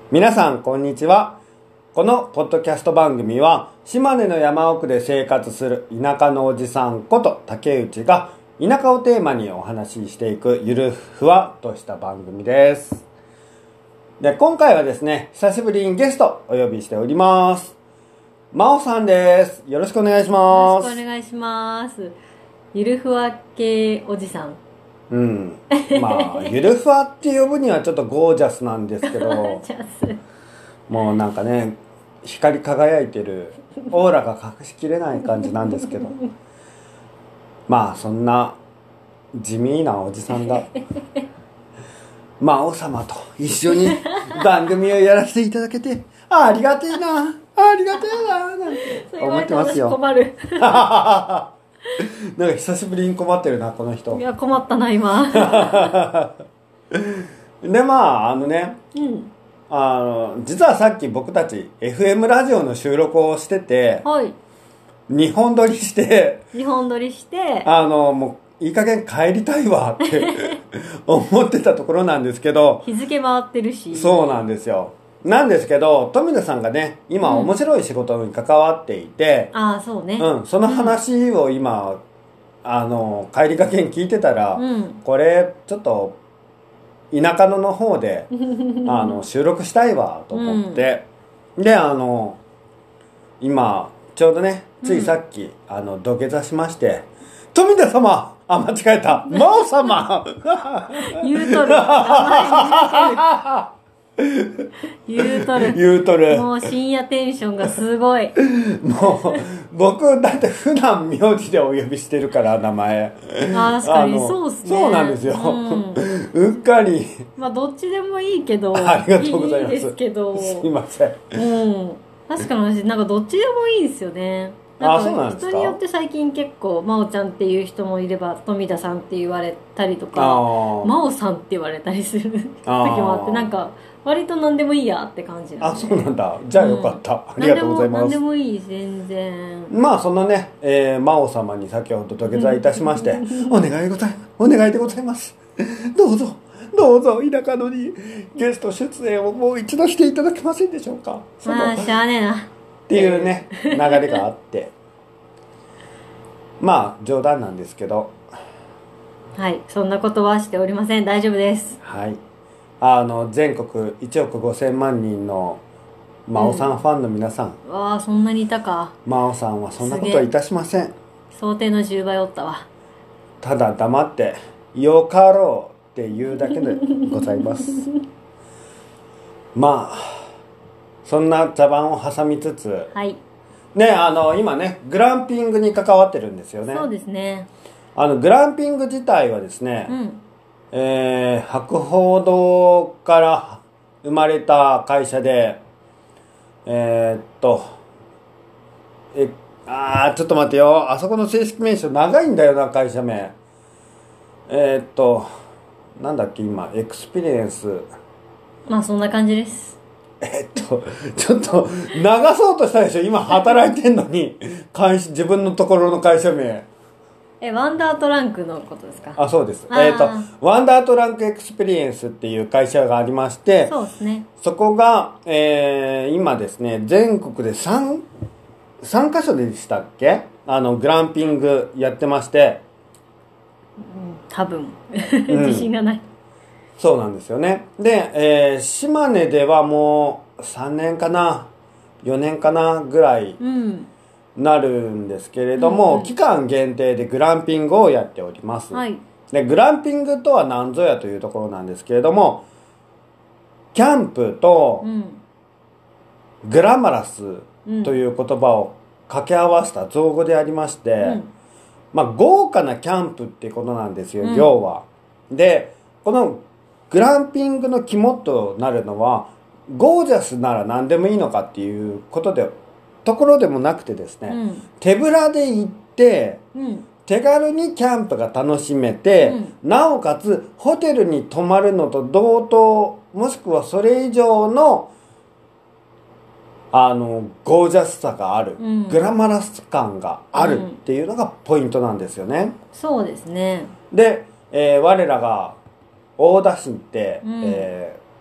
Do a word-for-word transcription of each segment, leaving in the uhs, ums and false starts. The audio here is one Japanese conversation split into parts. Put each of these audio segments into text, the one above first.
皆さんこんにちは。このポッドキャスト番組は島根の山奥で生活する田舎のおじさんこと竹内が田舎をテーマにお話ししていくゆるふわっとした番組です。で、今回はですね、久しぶりにゲストお呼びしております。まおさんです。よろしくお願いします。 よろしくお願いします。ゆるふわ系おじさん。 うん。まあ、ゆるふわって呼ぶにはちょっとゴージャスなんですけど、 ジャス。 もうなんかね、光り輝いてるオーラが隠しきれない感じなんですけど、まあそんな地味なおじさんが魔王様と一緒に番組をやらせていただけてありがてえなありがてえななんて思ってますよ。 困る。 なんか久しぶりに困ってるなこの人。 いや困ったな今。 でまああのね、 うん、 あの実はさっき僕たち エフエム ラジオの収録をしてて、 はい、 にほん撮りしてにほん撮りしてあのもういい加減帰りたいわって思ってたところなんですけど、 日付回ってるし。 そうなんですよ。なんですけど富田さんがね今面白い仕事に関わっていて、 うん、ああそうね、 うん、その話を今、うん、あの帰りがけに聞いてたら、 うん、 これちょっと田舎野の方であの収録したいわと思って、うん、であの今ちょうどねついさっき、うん、あの土下座しまして富田様あ間違えた真央様言うとる言うとる言うとるもう深夜テンションがすごい。 もう僕だって普段名字でお呼びしてるから名前。 あ確かにそうっすね。 そうなんですよ、うん、うっかりまあどっちでもいいけどありがとうございます。 いいですけどすいません。 うん確かに私なんかどっちでもいいですよね。なんか人によって最近結構真央ちゃんっていう人もいれば富田さんって言われたりとか真央さんって言われたりする時もあって、なんか割と何でもいいやって感じなんで。 あそうなんだ。じゃあよかった、うん、ありがとうございます。 何でもいい全然。 まあそのね、えー、真央様に先ほど土下座いたしましてお願いございますお願いでございますどうぞどうぞ田舎野にゲスト出演をもう一度していただけませんでしょうか。 まあしゃあねえなっていうね流れがあってまあ冗談なんですけど、 はいそんなことはしておりません。大丈夫です。 はいあの全国いちおくごせんまん人の真央さんファンの皆さん、 うん、わあそんなにいたか。 真央さんはそんなことはいたしません。 想定のじゅうばいおったわ。 ただ黙ってよかろうっていうだけでございますまあそんな茶番を挟みつつ、 はいね、あの今ねグランピングに関わってるんですよね。 そうですね。 あのグランピング自体はですね、うんえー、博報堂から生まれた会社でえー、っとえあーちょっと待ってよあそこの正式名称長いんだよな会社名。えー、っとなんだっけ今エクスペリエンスまあそんな感じです。 えっとちょっと流そうとしたでしょ今働いてんのに会社自分のところの会社名えワンダートランクのことですか。 あそうです。えっとワンダートランクエクスペリエンスっていう会社がありまして、 そうですね。 そこが、えー、今ですね全国で 3, 3カ所でしたっけあのグランピングやってまして、 うん、多分自信がない、うん、 そうなんですよね。で、えー、島根ではもうさんねんかなよねんかなぐらい、うんなるんですけれども、うんうん、期間限定でグランピングをやっております、はい、でグランピングとは何ぞやというところなんですけれどもキャンプとグラマラスという言葉を掛け合わせた造語でありまして、うんまあ、豪華なキャンプってことなんですよ、うん、要は。でこのグランピングの肝となるのはゴージャスなら何でもいいのかっていうことでところでもなくてですね、うん、手ぶらで行って、うん、手軽にキャンプが楽しめて、うん、なおかつホテルに泊まるのと同等もしくはそれ以上のあのゴージャスさがある、うん、グラマラス感があるっていうのがポイントなんですよね、 そうですね。 で、えー、我らが大田市って、うんえー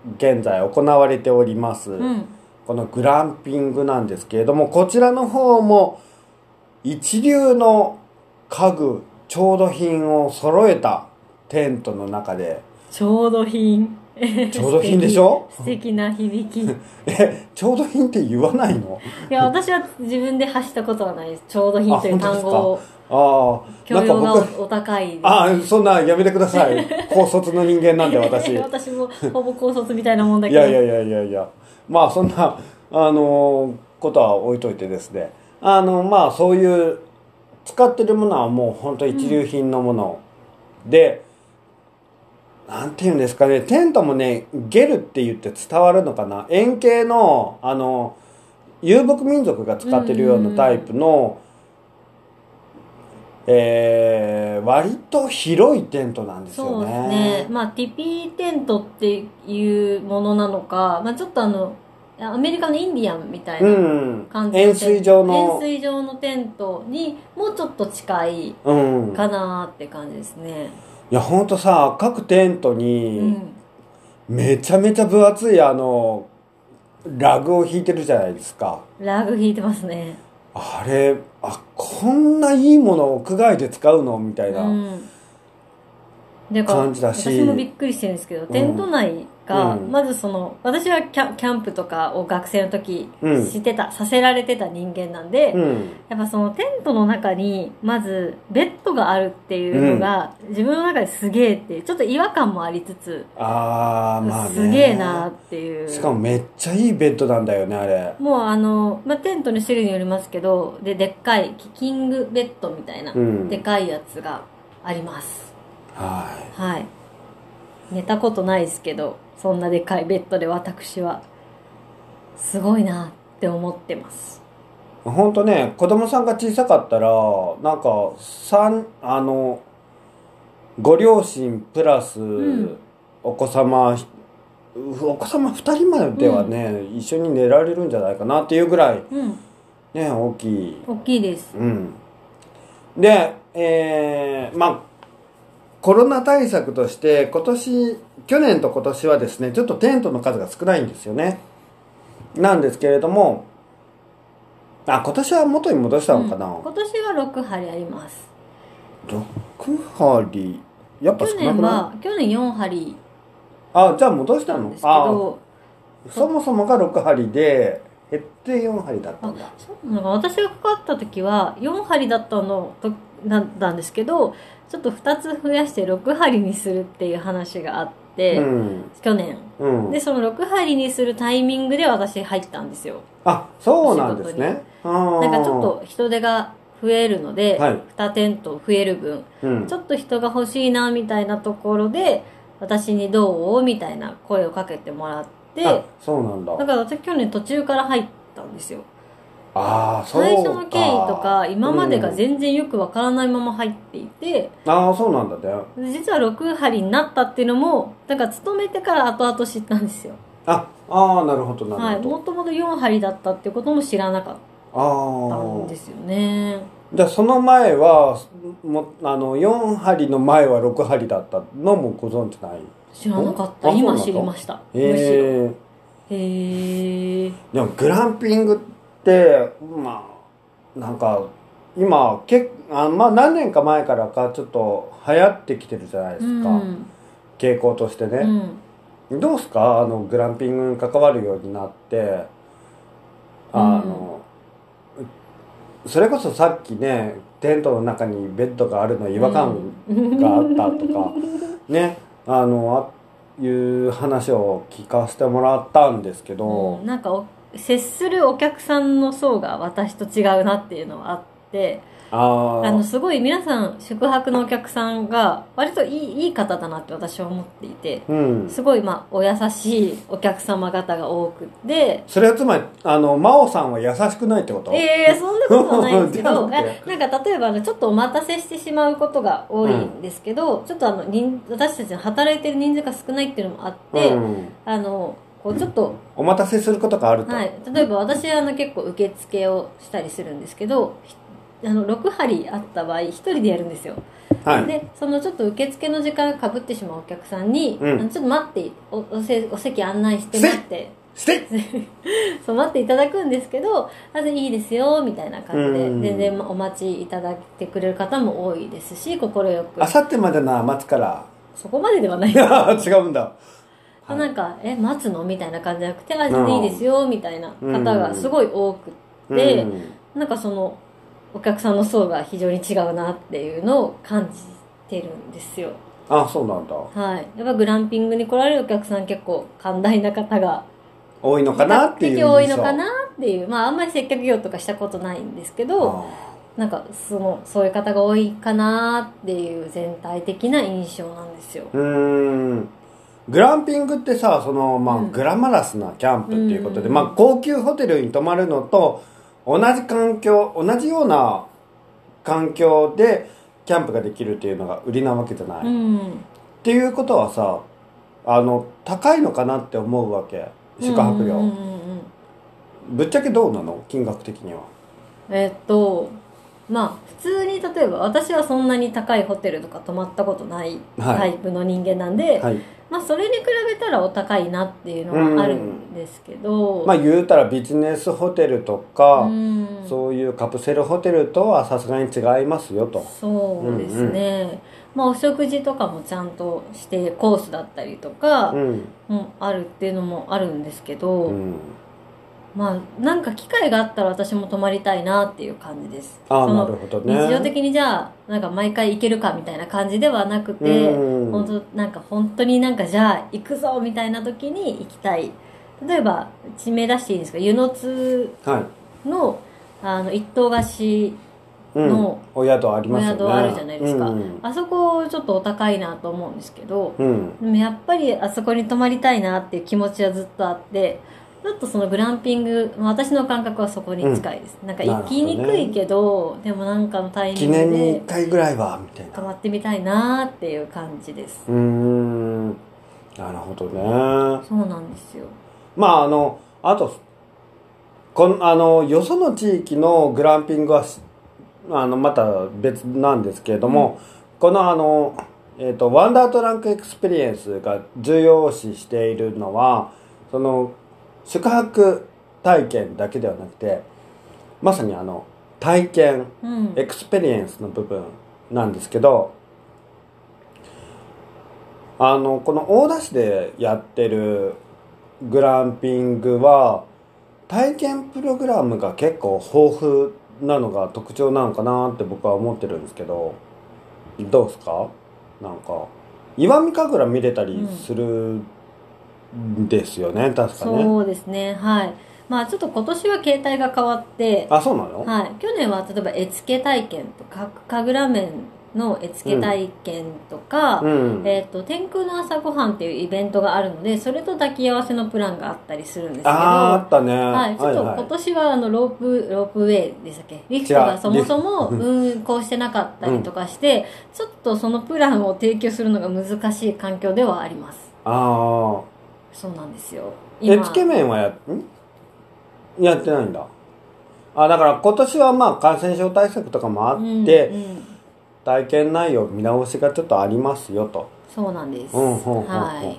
現在行われております、 うん、 このグランピングなんですけれども、こちらの方も一流の家具調度品を揃えたテントの中で、 調度品調度品でしょ素敵な響きえ、調度品って言わないの？ いや、私は自分で発したことはないです。調度品という単語を。 ああ、 教養がお高いです、ね、 ああ、そんなやめてください。高卒の人間なんで私。 私もほぼ高卒みたいなもんだけど。 いやいやいやいやいや。まあそんな、あのー、ことは置いといてですね。あの、まあそういう使ってるものはもう本当一流品のもの、うん、で、なんていうんですかね、テントもね、ゲルって言って伝わるのかな、円形の、あの、遊牧民族が使ってるようなタイプの、えー、割と広いテントなんですよね。 そうですね。まあ、ティピーテントっていうものなのか、まあちょっとあの、アメリカのインディアンみたいな感じの、うん、円錐状の円錐状のテントにもうちょっと近いかなって感じですね。 いやほんとさ、各テントにめちゃめちゃ分厚いあのラグを引いてるじゃないですか。 ラグ引いてますね。 あれ、あ、こんないいものを屋外で使うのみたいな感じだし、 私もびっくりしてるんですけど、テント内が、まずその私はキャキャンプとかを学生の時してた、させられてた人間なんで、やっぱそのテントの中にまずベッドがあるっていうのが、自分の中ですげえってちょっと違和感もありつつ、 あーまあね、 すげえなっていう。 しかもめっちゃいいベッドなんだよねあれ。 もうあの、まあ、テントの種類によりますけど、ででっかいキングベッドみたいな、うん、でかいやつがあります。 はい、 はい、寝たことないですけど、そんなでかいベッドで私はすごいなって思ってます。 ほんとね、子供さんが小さかったらなんか三あのご両親プラスお子様、うん、お子様ふたりまではね、うん、一緒に寝られるんじゃないかなっていうぐらい、うん、ね、大きい大きいです、 うん、で、えー、まあコロナ対策として今年去年と今年はですね、ちょっとテントの数が少ないんですよね。なんですけれども、あ、今年は元に戻したのかな、うん、 今年はろくはりあります。 ろくはりやっぱ少なくない？去年は去年よんはり。 あ、じゃあ戻したの？あ、そもそもがろくはりで減ってよんはりだったんだ。 そうなんか私がかかった時はよんはりだったのとなんですけど、ちょっとふたつ増やしてろくはりにするっていう話があって、うん、去年、うん、でそのろくはりにするタイミングで私入ったんですよ。 あ、そうなんですね。 なんかちょっと人手が増えるので、はい、にテント増える分、うん、ちょっと人が欲しいなみたいなところで私にどうみたいな声をかけてもらって、 あ、そうなんだ。 だから私去年途中から入ったんですよ。 ああ、そうか。 最初の経緯とか今までが全然よくわからないまま入っていて、 うん、ああ、そうなんだね。 実はろくはりになったっていうのもなんか勤めてから後々知ったんですよ。 ああ、なるほどなるほど。はい、 もともとよんはりだったっていうことも知らなかったんですよね。 じゃあその前はもあのよんはりの前はろくはりだったのもご存知ない？ 知らなかった。今知りました。 へえ。 へえ。 でもグランピングってまあなんか今けあまあ何年か前からかちょっと流行ってきてるじゃないですか、うん、傾向としてね、うん、どうすか、あのグランピングに関わるようになってあの、うん、それこそさっきねテントの中にベッドがあるの違和感があったとか、うん、ねあのあいう話を聞かせてもらったんですけど、 うん、なんか接するお客さんの層が私と違うなっていうのはあって、ああのすごい皆さん宿泊のお客さんが割といい、いい方だなって私は思っていて、うん、すごい、まあ、お優しいお客様方が多くて、 それはつまりあの真央さんは優しくないってこと？ ええー、そんなことはないんですけどなんか例えばちょっとお待たせしてしまうことが多いんですけど、うん、ちょっとあの私たちの働いてる人数が少ないっていうのもあって、うん、あのこうちょっとお待たせすることがあると、 はい、例えば私はあの結構受付をしたりするんですけど、あのろくはりあった場合ひとりでやるんですよ。 はい、 でそのちょっと受付の時間がかぶってしまうお客さんに、 うん、 ちょっと待って お, お, せお席案内して待ってそう待っていただくんですけど、あといいですよみたいな感じで全然お待ちいただいてくれる方も多いですし、快くあさってまでな待つからそこまでではない違うんだ、 はい、なんかえ待つのみたいな感じじゃなくて、あ全然いいですよみたいな方がすごい多くって、うん、なんかそのお客さんの層が非常に違うなっていうのを感じてるんですよ。 あ、そうなんだ。 はい。やっぱグランピングに来られるお客さん結構寛大な方が多いのかなっていう印象。 多いのかなっていう、まああんまり接客業とかしたことないんですけど、なんかそのそういう方が多いかなっていう全体的な印象なんですよ。 うーん。グランピングってさ、そのまあ、うん、グラマラスなキャンプっていうことで、まあ高級ホテルに泊まるのと同じ環境、同じような環境でキャンプができるっていうのが売りなわけじゃない。うん、っていうことはさ、あの高いのかなって思うわけ。宿泊料、うんうんうんうん、ぶっちゃけどうなの金額的には。 えー、っとまあ普通に例えば私はそんなに高いホテルとか泊まったことないタイプの人間なんで、はいはい、まあそれに比べたらお高いなっていうのはあるんですけど、 まあ言うたらビジネスホテルとか、うん、そういうカプセルホテルとはさすがに違いますよと。 そうですね、うんうん、まあお食事とかもちゃんとしてコースだったりとかもあるっていうのもあるんですけど、うん、まあなんか機会があったら私も泊まりたいなっていう感じです。 あ、なるほどね。 日常的にじゃあなんか毎回行けるかみたいな感じではなくて、うん、本当なんか本当になんかじゃあ行くぞみたいな時に行きたい。例えば地名出していいんですか、湯の津の、はい、あの一棟貸しの、 うん、お宿ありますよね。 お宿あるじゃないですか、うん、あそこちょっとお高いなと思うんですけど、うん、でもやっぱりあそこに泊まりたいなっていう気持ちはずっとあって、ちょっとそのグランピング、私の感覚はそこに近いです、うん、なんか行きにくいけど、ね、でもなんかのタイミングで記念にいっかいぐらいはみたいな泊まってみたいなっていう感じです。 うーん、なるほどね。 そうなんですよ。 まああのあとこのあのよその地域のグランピングはあのまた別なんですけれども、うん、このあの、えーと、ワンダートランクエクスペリエンスが重要視しているのは、その宿泊体験だけではなくて、まさにあの体験、うん、エクスペリエンスの部分なんですけど、あのこの大田市でやってるグランピングは体験プログラムが結構豊富なのが特徴なのかなって僕は思ってるんですけど、どうですか？なんか石見神楽見れたりするんですよね、うん、確かね。 そうですね、はい。まあちょっと今年は形態が変わって、 あ、そうなの？ はい。去年は例えば絵付け体験とか神楽面の絵付け体験とか、うん、えっと天空の朝ごはんっていうイベントがあるので、それと抱き合わせのプランがあったりするんですけど、 ああったね、 はい、ちょっと今年はあのロープロープウェイでしたっけ、リフトがそもそも運行してなかったりとかして、うん、ちょっとそのプランを提供するのが難しい環境ではあります。 ああ、 そうなんですよ。 絵付け面はやんやってないんだ。あ、だから今年はまあ感染症対策とかもあって、うんうん、体験内容見直しがちょっとありますよと。 そうなんです、うんうんうんうん、はい。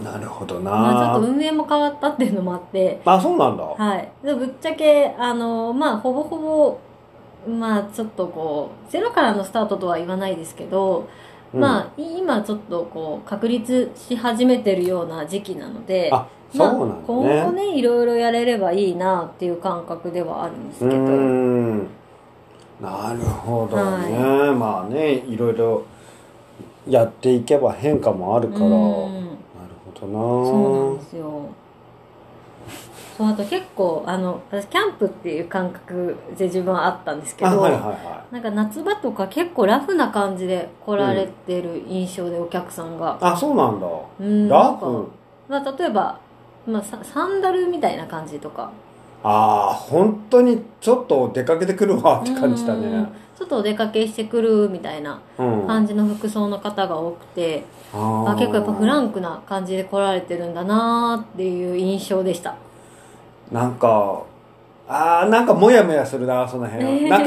なるほどな、 まあ、ちょっと運営も変わったっていうのもあって、 あ、そうなんだ、 はい。でぶっちゃけあのまあほぼほぼまあちょっとこうゼロからのスタートとは言わないですけど、うん、まあ今ちょっとこう確立し始めてるような時期なので、 あ、そうなんだね、まあ、 今後ねいろいろやれればいいなっていう感覚ではあるんですけど。うーん、 なるほどね、はい、まあねいろいろやっていけば変化もあるから、なるほどな。 そうなんですよ。そう、あと結構あの私キャンプっていう感覚で自分はあったんですけど、はいはいはい、なんか夏場とか結構ラフな感じで来られてる印象で、うん、お客さんが。 あ、そうなんだ、 うん、ラフ、まあ、例えば、まあ、サンダルみたいな感じとか。 ああ、本当にちょっと出かけてくるわって感じだね。 ちょっとお出かけしてくるみたいな感じの服装の方が多くて、うん、あ、結構やっぱフランクな感じで来られてるんだなっていう印象でした。 なんかあーなんかモヤモヤするなその辺、えー、なんか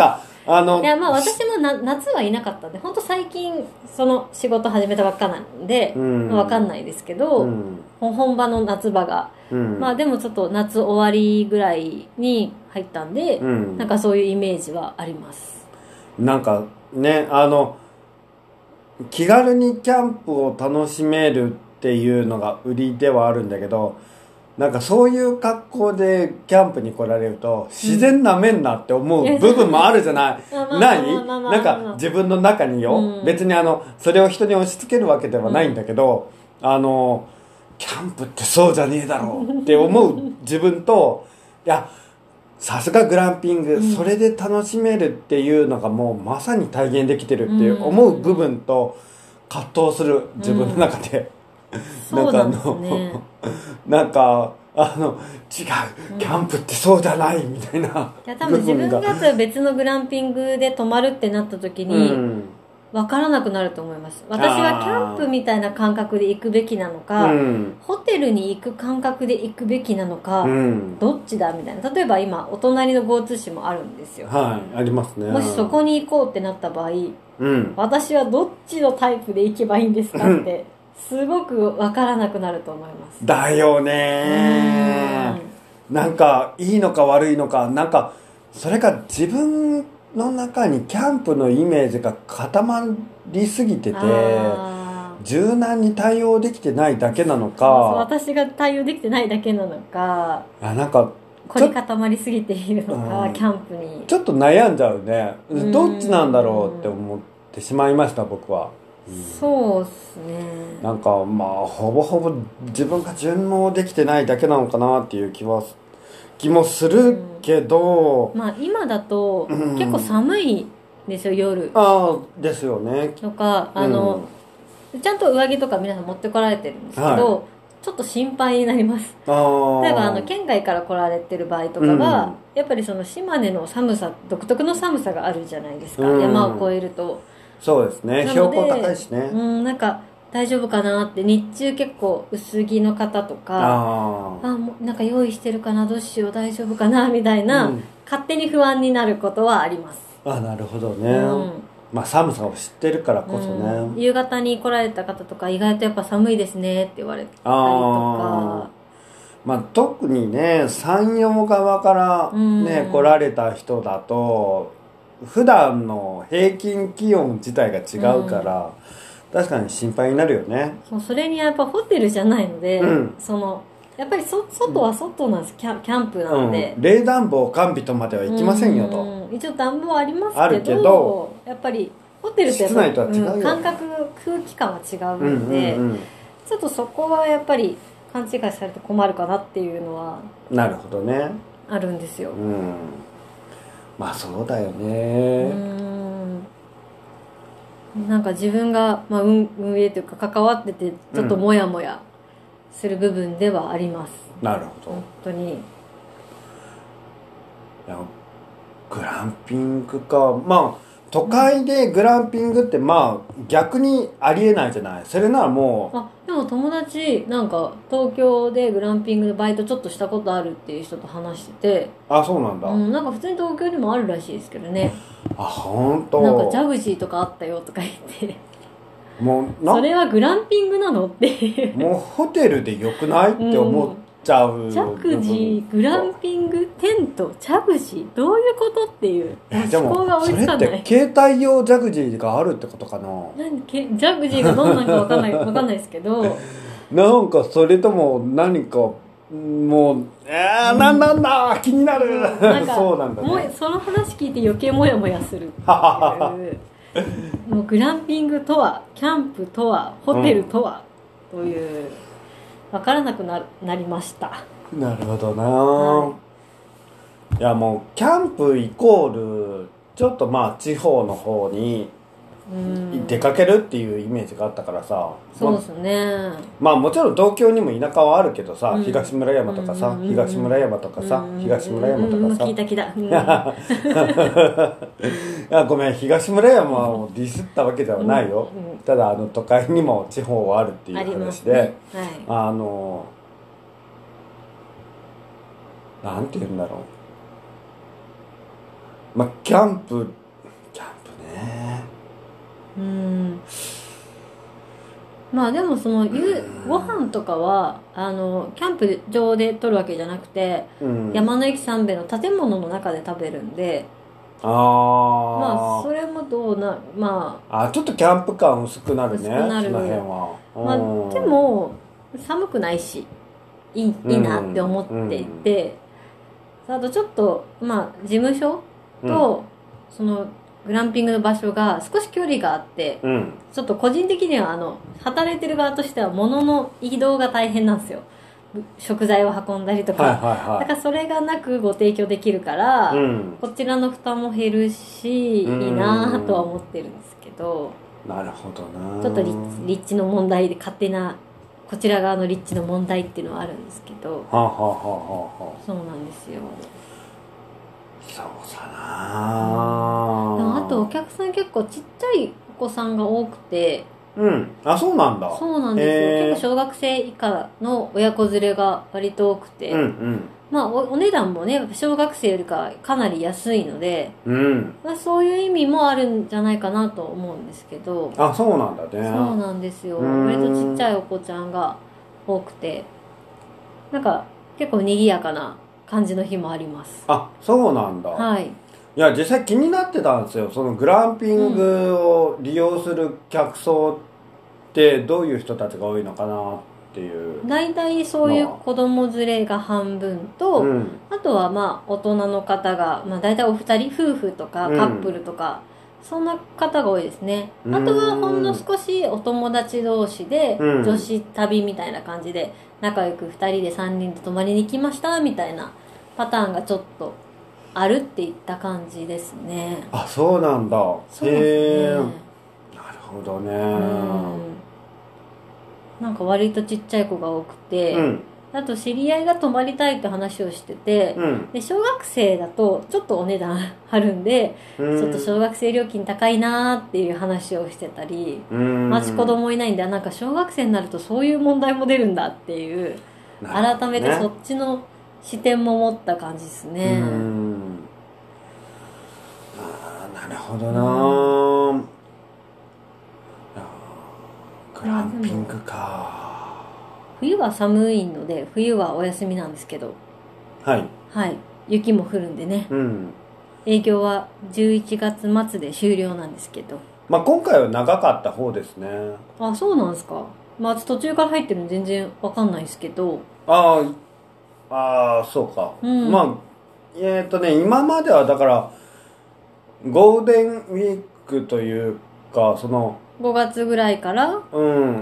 あのいやまあ私もな夏はいなかったんで、本当最近その仕事始めたばっかなんで、うん、まあ、分かんないですけど、うん、本場の夏場が、うん、まあでもちょっと夏終わりぐらいに入ったんで、うん、なんかそういうイメージはあります。 なんかね、あの気軽にキャンプを楽しめるっていうのが売りではあるんだけど、なんかそういう格好でキャンプに来られると自然なめんなって思う部分もあるじゃない、ないなんか自分の中によ、うん、別にあのそれを人に押し付けるわけではないんだけど、うん、あのキャンプってそうじゃねえだろうって思う自分と、いやさすがグランピング、うん、それで楽しめるっていうのがもうまさに体現できてるって思う部分と葛藤する自分の中で、 うん、なんかあの、ね、 なんかあの違うキャンプってそうじゃないみたいな、うん、いや多分自分が別のグランピングで泊まるってなった時に、うん、分からなくなると思います。私はキャンプみたいな感覚で行くべきなのか、うん、ホテルに行く感覚で行くべきなのか、うん、どっちだみたいな。例えば今お隣の豪津市もあるんですよ。 はい、ありますね。 もしそこに行こうってなった場合、うん、私はどっちのタイプで行けばいいんですかってすごく分からなくなると思います。 だよねー。なんかいいのか悪いのか、なんかそれか自分の中にキャンプのイメージが固まりすぎてて柔軟に対応できてないだけなのか、 そうそう、私が対応できてないだけなのか、 あ、なんか凝り固まりすぎているのか、うん、キャンプにちょっと悩んじゃうね。どっちなんだろうって思ってしまいました僕は、 うん、そうっすね。 なんかまあほぼほぼ自分が順応できてないだけなのかなっていう気は気もするけど、 うん、まあ今だと結構寒いんですよ、うん、夜。 ああですよね。 とかあの、うん、ちゃんと上着とか皆さん持ってこられてるんですけど、はい、ちょっと心配になります。あ、例えばあの県外から来られてる場合とかは、うん、やっぱりその島根の寒さ、独特の寒さがあるじゃないですか、うん、山を越えると。 そうですね、標高高いしね、 うん、なんか大丈夫かなって、日中結構薄着の方とか、ああもうなんか用意してるかな、どうしよう大丈夫かなみたいな、うん、勝手に不安になることはあります。 あ、なるほどね、うん、まあ寒さを知ってるからこそね、 うん、夕方に来られた方とか意外とやっぱ寒いですねって言われたりとか、 まあ、特にね山陽側からね、うん、来られた人だと普段の平均気温自体が違うから、うん、確かに心配になるよね。 そう、それにやっぱホテルじゃないので、うん、そのやっぱりそ外は外なんです、キャン、キャンプなので、 うん、冷暖房完備とまではいきませんよと、 うん、一応暖房ありますけど、あるけどやっぱりホテルってやっぱり、うん、感覚空気感は違うので、うんうんうん、ちょっとそこはやっぱり勘違いされて困るかなっていうのはなるほどね、 あるんですよ、 うん、まあそうだよね。 うん、なんか自分が、まあ、運, 運営というか関わっててちょっとモヤモヤする部分ではあります、 うん、なるほど。 本当に。いやグランピングか、まあ都会でグランピングってまあ逆にありえないじゃない。それならもう、 あ、でも友達なんか東京でグランピングでバイトちょっとしたことあるっていう人と話してて、 あ、そうなんだ、 うん、なんか普通に東京にもあるらしいですけどね。 あ、本当。 なんかジャグジーとかあったよとか言ってもうな、 それはグランピングなのっていうもうホテルでよくないって思っちゃう、うん、 ジャグジー、グランピング、テント、ジャグジー、どういうことっていう思考が追いつかない。 それって携帯用ジャグジーがあるってことかな。 何けジャグジーがどんなのか分かんない分かんないですけどなんかそれとも何かもうえー、なんなんだ気になる、なんかそうなんだね。 もうその話聞いて余計モヤモヤするっていうもうグランピングとはキャンプとはホテルとは、うん、という分からなく な, なりました。 なるほどな、はい、いやもうキャンプイコールちょっとまあ地方の方に出かけるっていうイメージがあったからさ。 そうですね、 まあもちろん東京にも田舎はあるけどさ、うん、東村山とかさ、うん、東村山とかさ、うん、東村山とかさ、うん、 聞いた聞いた、うん、 いやごめん、東村山をディスったわけではないよ、うんうん、ただあの都会にも地方はあるっていう話で、ね、はい、あのなんて言うんだろう、まあキャンプうんまあでもその夕ご飯とかはあのキャンプ場で取るわけじゃなくて、うん、山の駅三兵衛の建物の中で食べるんで、あまあそれもどうなまああちょっとキャンプ感薄くなるね、薄くなる、その辺は、 まあ、でも寒くないしいい、いいなって思っていて、うんうん、あとちょっとまあ事務所と、うん、そのグランピングの場所が少し距離があって、うん、ちょっと個人的にはあの働いてる側としては物の移動が大変なんですよ。食材を運んだりとか、はいはいはい、だからそれがなくご提供できるから、うん、こちらの負担も減るし、いいなとは思ってるんですけど、 なるほどな、 ちょっと立立地の問題で勝手なこちら側の立地の問題っていうのはあるんですけど、はあはあはあはあ、そうなんですよ。 そうだな、 うん、あとお客さん結構ちっちゃいお子さんが多くて、 うん、あ、そうなんだ。 そうなんですよ、えー、結構小学生以下の親子連れが割と多くて、うんうん、まあ お, お値段もね小学生よりかかなり安いので、うんまあ、そういう意味もあるんじゃないかなと思うんですけど。 あ、そうなんだね。 そうなんですよ、割とちっちゃいお子ちゃんが多くて、なんか結構賑やかな感じの日もあります。 あ、そうなんだ。 はい。 いや実際気になってたんですよ。そのグランピングを利用する客層ってどういう人たちが多いのかなっていう。 大体そういう子供連れが半分と、うん、あとはまあ大人の方が、まあ、大体お二人夫婦とかカップルとか、うん、そんな方が多いですね。あとはほんの少しお友達同士で女子旅みたいな感じで仲良くふたりでさんにんで泊まりに来ましたみたいなパターンがちょっとあるっていった感じですね。 あ、そうなんだ。そうですね。なるほどね。 うんなんか割とちっちゃい子が多くて、うん、あと知り合いが泊まりたいって話をしてて、うん、で小学生だとちょっとお値段張るんで、うん、ちょっと小学生料金高いなーっていう話をしてたり、待ち子供いないんで、なんか小学生になるとそういう問題も出るんだっていう、改めてそっちの視点も持った感じですね。うんあなるほどな、うん、グランピングか。 冬は寒いので冬はお休みなんですけど、はいはい雪も降るんでね、うん、営業はじゅういちがつ末で終了なんですけど、 まあ今回は長かった方ですね。 あ、そうなんですか。まあ途中から入ってるの全然わかんないですけど、 あああそうか、うん、まあえっ、ー、とね今まではだからゴールデンウィークというかそのごがつぐらいから、 うん、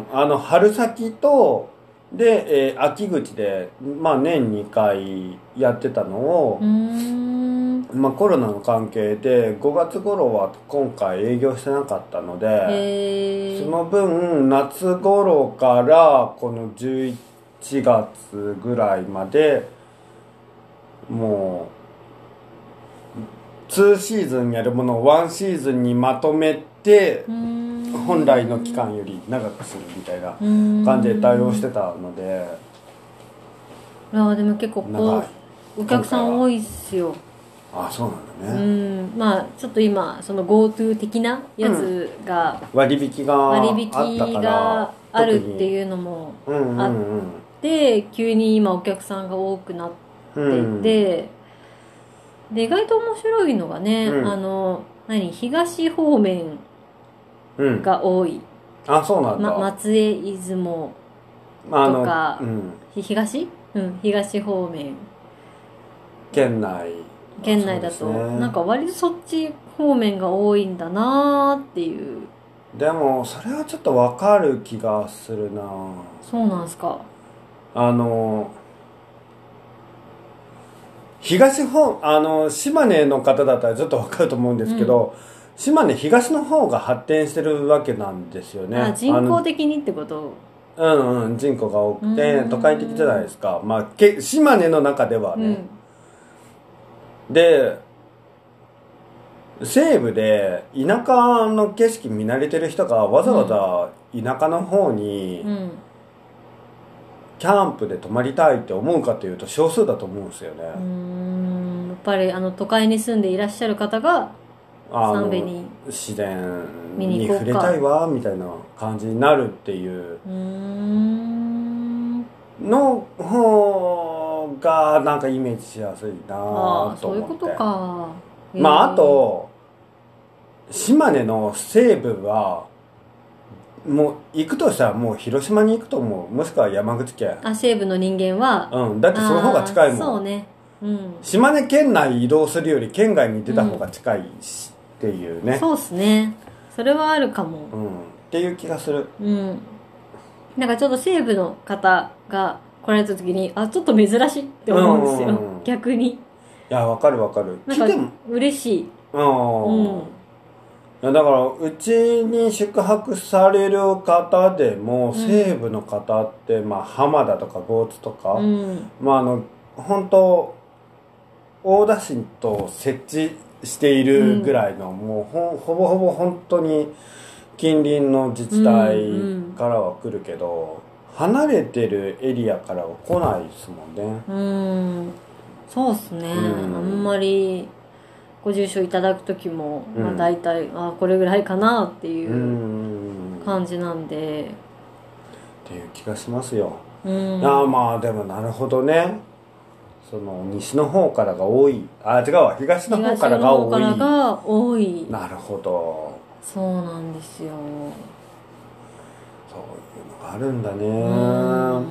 あの春先とで、えー、秋口で、まあ、年にかいやってたのを、うーん、まあ、コロナの関係でごがつ頃は今回営業してなかったので、その分夏頃からこのじゅういちがつぐらいまでもうにシーズンやるものをいちシーズンにまとめて本来の期間より長くするみたいな感じで対応してたので、 いやでも結構こうお客さん多いっすよ。 ああそうなんだね。 うんまあちょっと今その GoTo 的なやつが、 うん、割引が割引があるっていうのもあって、急に今お客さんが多くなってて、うん、で意外と面白いのがね、うん、あの何東方面が多い、 うん、あそうなんだ、 ま、松江出雲とか、うん、東うん東方面県内県内だと、ね、なんか割とそっち方面が多いんだなっていう。 でもそれはちょっと分かる気がするな。 そうなんですか。 あの東方あの島根の方だったらちょっと分かると思うんですけど、うん、島根東の方が発展してるわけなんですよね。 あ人口的にってこと。 うんうん人口が多くて都会的じゃないですか、まあ、け島根の中ではね、うん、で西部で田舎の景色見慣れてる人がわざわざ田舎の方にキャンプで泊まりたいって思うかというと少数だと思うんですよね。 うーんやっぱりあの都会に住んでいらっしゃる方がサンベに自然に触れたいわみたいな感じになるっていうの方がなんかイメージしやすいなと思って。あ、 そういうことか。 まああと島根の西部はもう行くとしたらもう広島に行くと思う。もしくは山口県。 あ、西部の人間は、 うん、だってその方が近いもん。 そうね、うん、 島根県内移動するより県外に出た方が近いし、うん、っていうね。 そうっすね、それはあるかも、 うん、っていう気がする。 うん、なんかちょっと西部の方が来られた時にあちょっと珍しいって思うんですよ、うんうんうん、逆に。いやわかるわかる。 なんか嬉しい。 うん、うんだからうちに宿泊される方でも、うん、西部の方って、まあ、浜田とか江津とか、うん、まああの本当大田市と設置しているぐらいの、うん、もう ほ, ほぼほぼ本当に近隣の自治体からは来るけど、うん、離れてるエリアからは来ないですもんね。 うんそうっすね、うん、あんまりご住所いただく時も、まあ、大体、うん、あこれぐらいかなっていう感じなんでっていう気がしますよ。うんあまあでもなるほどね。その西の方からが多いあ違うわ東の方からが多い。東の方からが多い。 なるほど。 そうなんですよ。 そういうのがあるんだね。うん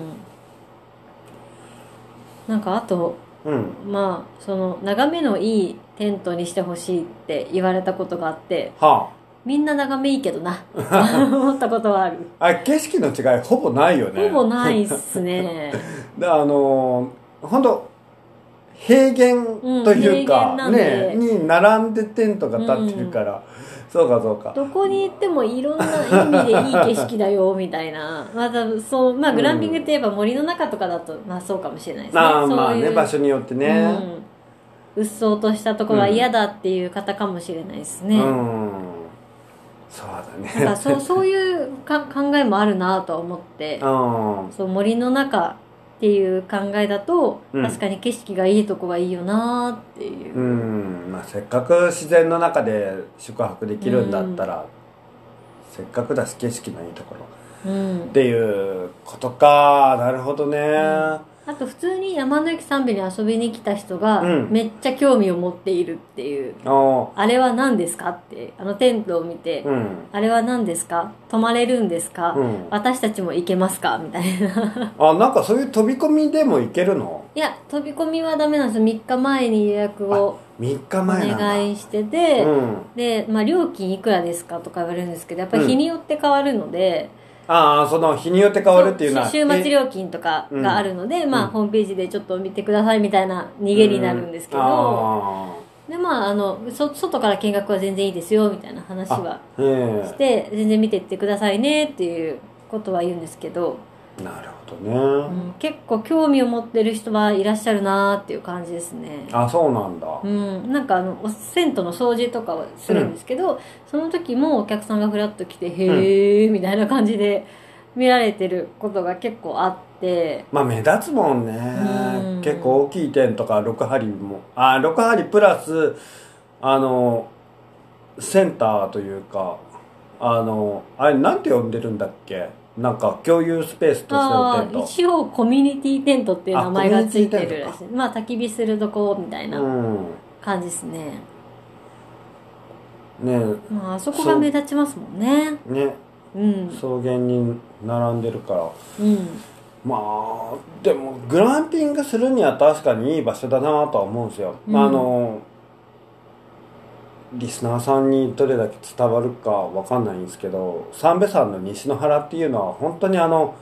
なんかあと、うん、まあその眺めのいいテントにしてほしいって言われたことがあって、はあ、みんな眺めいいけどな思ったことはある。 あ景色の違いほぼないよね。 ほぼないっすね。 であの本当平原というか、うん、ねに並んでテントが立ってるから、うん、そうかそうか。 どこに行ってもいろんな意味でいい景色だよみたいな。またそうまあグランピングって言えば森の中とかだと、まあそうかもしれないですね。 あまあね場所によってね。 うっそうとしたところは嫌だっていう方かもしれないですね。うん、 そうだね。 なんかそうそういうか考えもあるなと思って、そう森の中っていう考えだと、うん、確かに景色がいいとこはいいよなっていう、 うんまあ、せっかく自然の中で宿泊できるんだったら、うん、せっかくだし景色のいいところ、うん、っていうことか。なるほどね、うんあと普通に山の駅三部に遊びに来た人がめっちゃ興味を持っているっていう、うん、あれは何ですかってあのテントを見て、うん、あれは何ですか泊まれるんですか、うん、私たちも行けますかみたいなあなんかそういう飛び込みでも行けるの？ いや飛び込みはダメなんですよ。みっかまえに予約をみっかまえお願いしてて、で、まあ、料金いくらですかとか言われるんですけどやっぱり日によって変わるので、 ああその日によって変わるっていうのは週末料金とかがあるので、うん、まあ、ホームページでちょっっと見てくださいみたいな逃げになるんですけど、うん、あでまああのそ外から見学は全然いいですよみたいな話はして全然見てってくださいねっていうことは言うんですけど、 なるほどね、うん、結構興味を持ってる人はいらっしゃるなっていう感じですね。 あそうなんだ、 うん、なんかあの銭湯の掃除とかはするんですけど、うん、その時もお客さんがフラッと来て、うん、へえみたいな感じで見られてることが結構あって、 まあ目立つもんね、うん、結構大きい点とかろく針もあろく針プラスあのセンターというかあのあれなんて呼んでるんだっけ、なんか共有スペースとしてのテント、 一応コミュニティテントっていう名前がついてるらしい。まあ焚き火するとこみたいな感じですね、うん、ねえ、まああそこが目立ちますもんね。 ね、うん、草原に並んでるから、うん、まあでもグランピングするには確かにいい場所だなとは思うんですよ、うん、あのリスナーさんにどれだけ伝わるかわかんないんですけど、三瓶山の西の原っていうのは本当にあの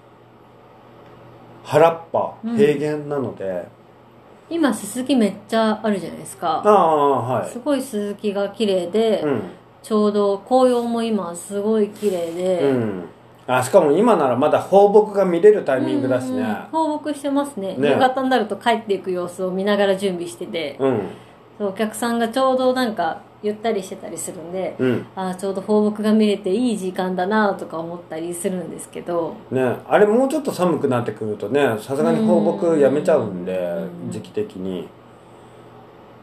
原っぱ平原なので、 うん、今ススキめっちゃあるじゃないですか。 ああ、はい、 すごいススキが綺麗で、うん、ちょうど紅葉も今すごい綺麗で、うん、 あしかも今ならまだ放牧が見れるタイミングだしね、 放牧してます ね, ね夕方になると帰っていく様子を見ながら準備してて、うん、そうお客さんがちょうどなんかゆったりしてたりするんで、うん、あちょうど放牧が見れていい時間だなとか思ったりするんですけど、 ね、あれもうちょっと寒くなってくるとねさすがに放牧やめちゃうんで、うん、時期的に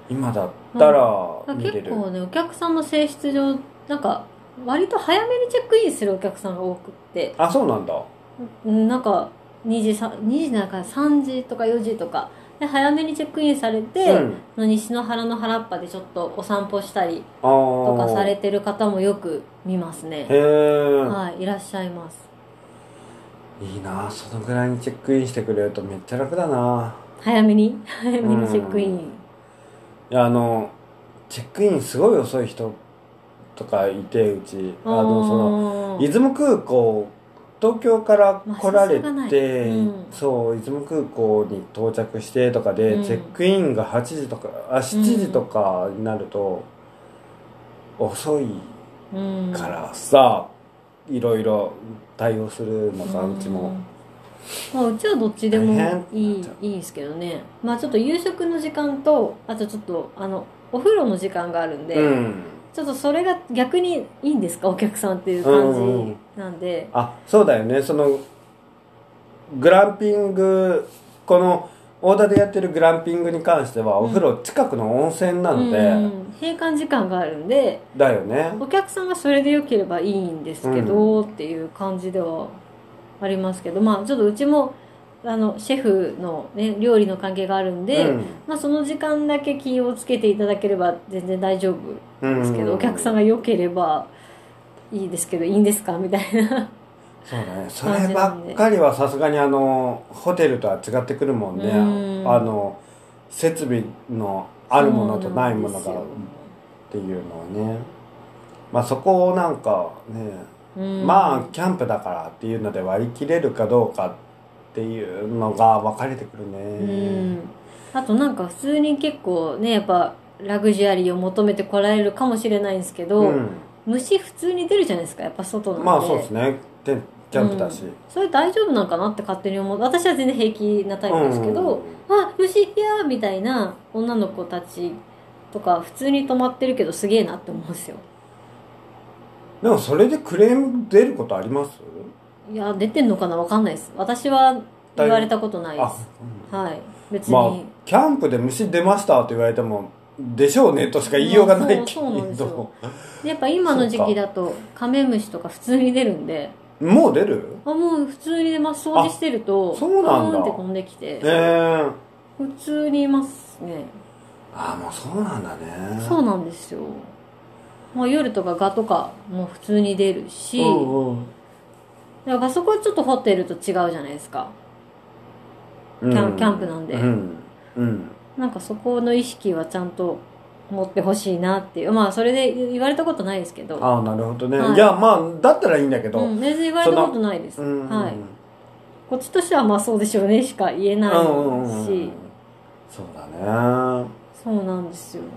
今だったら見れる。 結構ねお客さんの性質上なんか割と早めにチェックインするお客さんが多くって。 あ、そうなんだ。 なんかにじにじなんかさんじとかよじとかで早めにチェックインされて、うん、西の原の原っぱでちょっとお散歩したりとかされてる方もよく見ますね。 へえ。 はい、いらっしゃいます。 いいな、そのぐらいにチェックインしてくれるとめっちゃ楽だな。 早めに早めにチェックイン、うん、いやあのチェックインすごい遅い人とかいて、うちあのその出雲空港東京から来られて、まあうん、そう出雲空港に到着してとかで、うん、チェックインがはちじとかあしちじとかになると遅いからさ、うん、いろいろ対応するのか、うちも、 まあ、うちはどっちでもいいいいですけどね。まあちょっと夕食の時間とあとちょっとあのお風呂の時間があるんで、うん、ちょっとそれが逆にいいんですかお客さんっていう感じなんで、うんうん、 あ、そうだよね。そのグランピング、この大田でやってるグランピングに関してはお風呂近くの温泉なので、うんうん、 閉館時間があるんでだよね。 お客さんがそれでよければいいんですけど、うん、っていう感じではありますけど、まあちょっとうちもあのシェフの、ね、料理の関係があるんで、うん、まあ、その時間だけ気をつけていただければ全然大丈夫ですけど、うん、お客さんが良ければいいですけどいいんですかみたいな。 そうだね、そればっかりはさすがにあのホテルとは違ってくるもんね、うん、あの設備のあるものとないものがっていうのはね、まあそこをなんかね、うん、まあキャンプだからっていうので割り切れるかどうかっていうのが分かれてくるね、うん、 あとなんか普通に結構ねやっぱラグジュアリーを求めてこられるかもしれないんですけど、うん、虫普通に出るじゃないですか、やっぱ外なんで。 まあそうですね、でキャンプだし、うん、 それ大丈夫なんかなって勝手に思う。私は全然平気なタイプですけど、うん、あ虫いやーみたいな女の子たちとか普通に泊まってるけどすげえなって思うんですよ。 でもそれでクレーム出ることあります？ いや出てんのかな、分かんないです。私は言われたことないです、うん、はい。別に、まあ、 キャンプで虫出ましたって言われてもでしょうねとしか言いようがないけど、 そうなんですよ。やっぱ今の時期だとカメムシとか普通に出るんで。 もう出る？ あ、もう普通に出ます。掃除してるとそうなんだ、 ポーンって飛んできて、 えー、 普通にいますね。 ああもうそうなんだね。 そうなんですよ。まあ、夜とかガとかも普通に出るし、うんうん、だからそこはちょっとホテルと違うじゃないですか、キャン、うん、キャンプなんで、うんうん、なんかそこの意識はちゃんと持ってほしいなっていう。まあそれで言われたことないですけど。 ああなるほどね、はい、いやまあだったらいいんだけど、 うん、全然言われたことないです、うん、はい。こっちとしてはまあそうでしょうねしか言えないし、うんうんうん、 そうだね、 そうなんですよ。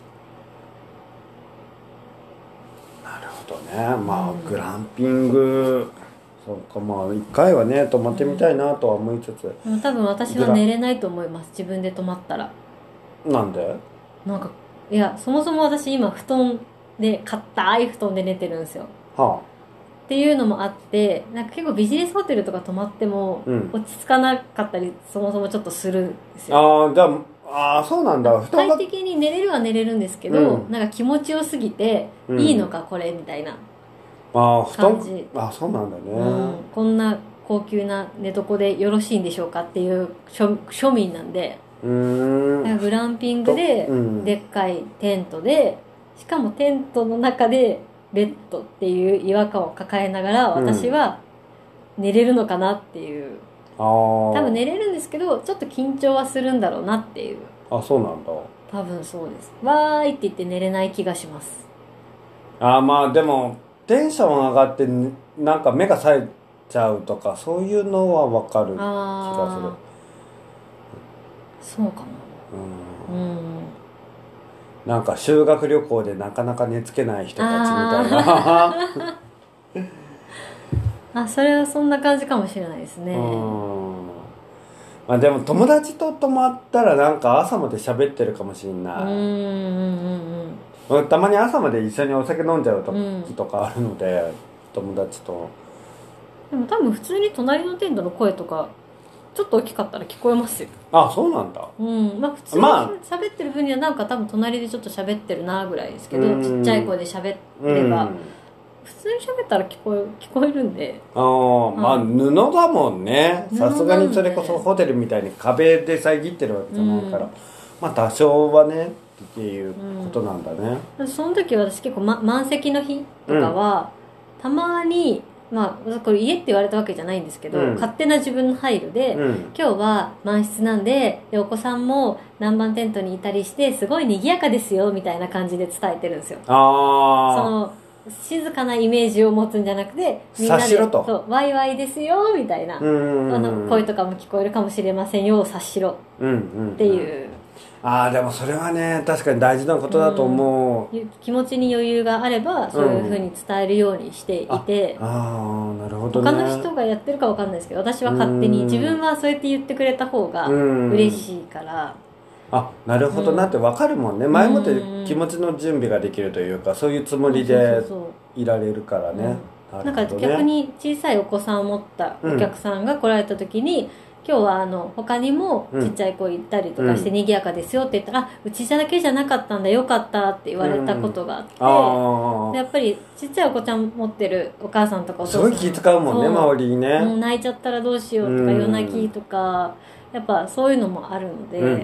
なるほどね。まあ、うん、グランピングそうか、まあ一回はね泊まってみたいなとは思いつつ、 うん、多分私は寝れないと思います、自分で泊まったら。 なんで？ なんかいやそもそも私今布団で硬い布団で寝てるんですよ、はあ、っていうのもあって、なんか結構ビジネスホテルとか泊まっても落ち着かなかったり、うん、そもそもちょっとするんですよ。 ああじゃあああそうなんだ。 快適に寝れるは寝れるんですけど、うん、なんか気持ちよすぎて、うん、いいのかこれみたいな感じ。 ああそうなんだね、 うん、こんな高級な寝床でよろしいんでしょうかっていう庶、庶民なんで、うーんグランピングででっかいテントで、しかもテントの中でベッドっていう違和感を抱えながら私は寝れるのかなっていう、うん、多分寝れるんですけどちょっと緊張はするんだろうなっていう。 あそうなんだ。 多分そうです。わーいって言って寝れない気がします。 あまあでもテンション上がってなんか目が冴えちゃうとかそういうのは分かる気がする。 そうかも、うん、うん、 なんか修学旅行でなかなか寝つけない人たちみたいなあそれはそんな感じかもしれないですね。うん、 まあ、でも友達と泊まったらなんか朝まで喋ってるかもしれない。うんうんうん、たまに朝まで一緒にお酒飲んじゃう時とかあるので、うん、友達と。 でも多分普通に隣のテントの声とかちょっと大きかったら聞こえますよ。 あ、そうなんだ。 うんまあ普通に喋ってる分にはなんか多分隣でちょっと喋ってるなぐらいですけど、ちっちゃい声で喋ってれば普通に喋ったら聞こえ聞こえるんで。 ああ、まあ布だもんね。さすがにそれこそホテルみたいに壁で遮ってるわけじゃないから、うん、まあ多少はねっていうことなんだね。 うん、その時私結構、ま、満席の日とかは、うん、たまにまあこれ家って言われたわけじゃないんですけど、うん、勝手な自分の配慮で、うん、今日は満室なんで、でお子さんも何番テントにいたりしてすごい賑やかですよみたいな感じで伝えてるんですよ。あその静かなイメージを持つんじゃなくて、みんなでそうワイワイですよみたいな、あの声とかも聞こえるかもしれませんよを察しろっていう、うんうんうん、 ああでもそれはね確かに大事なことだと思う、 うん、気持ちに余裕があればそういうふうに伝えるようにしていて、 うん、ああなるほどね。 他の人がやってるか分かんないですけど、私は勝手に自分はそうやって言ってくれた方が嬉しいから、 あなるほどなって分かるもんね、うん、前もって気持ちの準備ができるというか、そういうつもりでいられるからね。 なんか逆に小さいお子さんを持ったお客さんが来られた時に、うん、今日はあの他にもちっちゃい子行ったりとかして賑やかですよって言ったら、うん、あうちだけじゃなかったんだよかったって言われたことがあって、うん、でやっぱりちっちゃいお子ちゃん持ってるお母さんとかお父さんすごい気遣うもんね周りにね、 もう泣いちゃったらどうしようとか夜泣きとかやっぱそういうのもあるので、うんうん、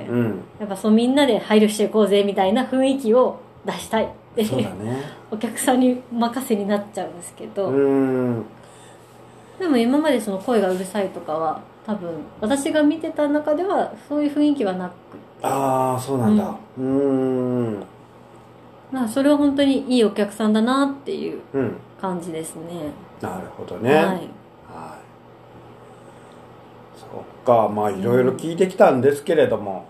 やっぱそうみんなで配慮していこうぜみたいな雰囲気を出したいってそうだ、ね、 お客さんに任せになっちゃうんですけど、うんでも今までその声がうるさいとかは多分私が見てた中ではそういう雰囲気はなく、 ああそうなんだ、うん、うーんまあそれは本当にいいお客さんだなっていう感じですね、 うん、なるほどね、はい、はい、そっかまあいろいろ聞いてきたんですけれども、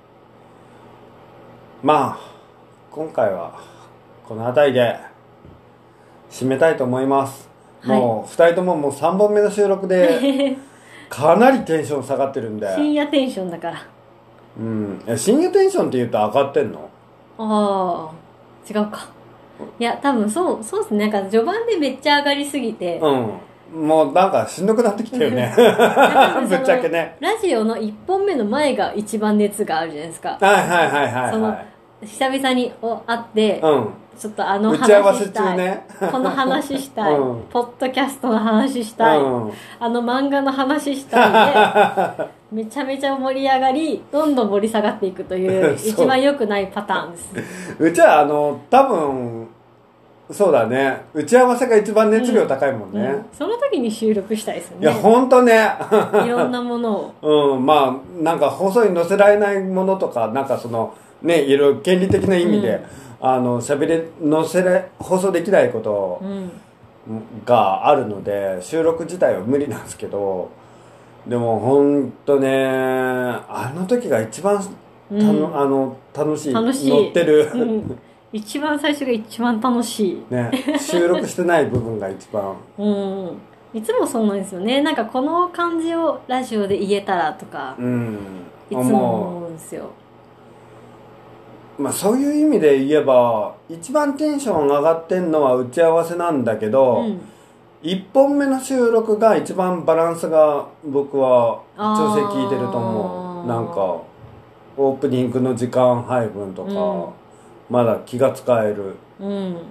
うん、まあ今回はこの辺りで締めたいと思います、はい、もうふたりとももうさんぼんめの収録でかなりテンション下がってるんで深夜テンションだから、 うん、深夜テンションって言うと上がってんの？ ああ違うか、いや多分そうそうですね。なんか序盤でめっちゃ上がりすぎて、 うんもうなんかしんどくなってきたよねぶっちゃけね。 ラジオのいっぽんめの前が一番熱があるじゃないですか。 はいはいはいはい、はい、 その久々に会って、 うん、 ちょっとあの話したい、打ち合わせ中ねこの話したい、うん、ポッドキャストの話したい、うん、あの漫画の話したいでめちゃめちゃ盛り上がりどんどん盛り下がっていくという一番良くないパターンです。 うちはあの多分そうだね打ち合わせが一番熱量高いもんね、うんうん、 その時に収録したいですよね。 いや本当ねいろんなものをうんまあなんか放送に載せられないものとかなんかそのねいろいろ権利的な意味で、うん、あのしゃべれ載せれ放送できないことがあるので、収録自体は無理なんですけど、でも本当ねあの時が一番たの、うん、あの楽しい楽しい乗ってる、 うん、一番最初が一番楽しい、 ね、収録してない部分が一番うんいつもそうなんですよね。なんかこの感じをラジオで言えたらとか、うん、いつも思うんですよ。 まあ、そういう意味で言えば一番テンション上がってんのは打ち合わせなんだけど、うん、いっぽんめの収録が一番バランスが僕は調整効いてると思う。なんかオープニングの時間配分とか、うん、まだ気が使える、うん、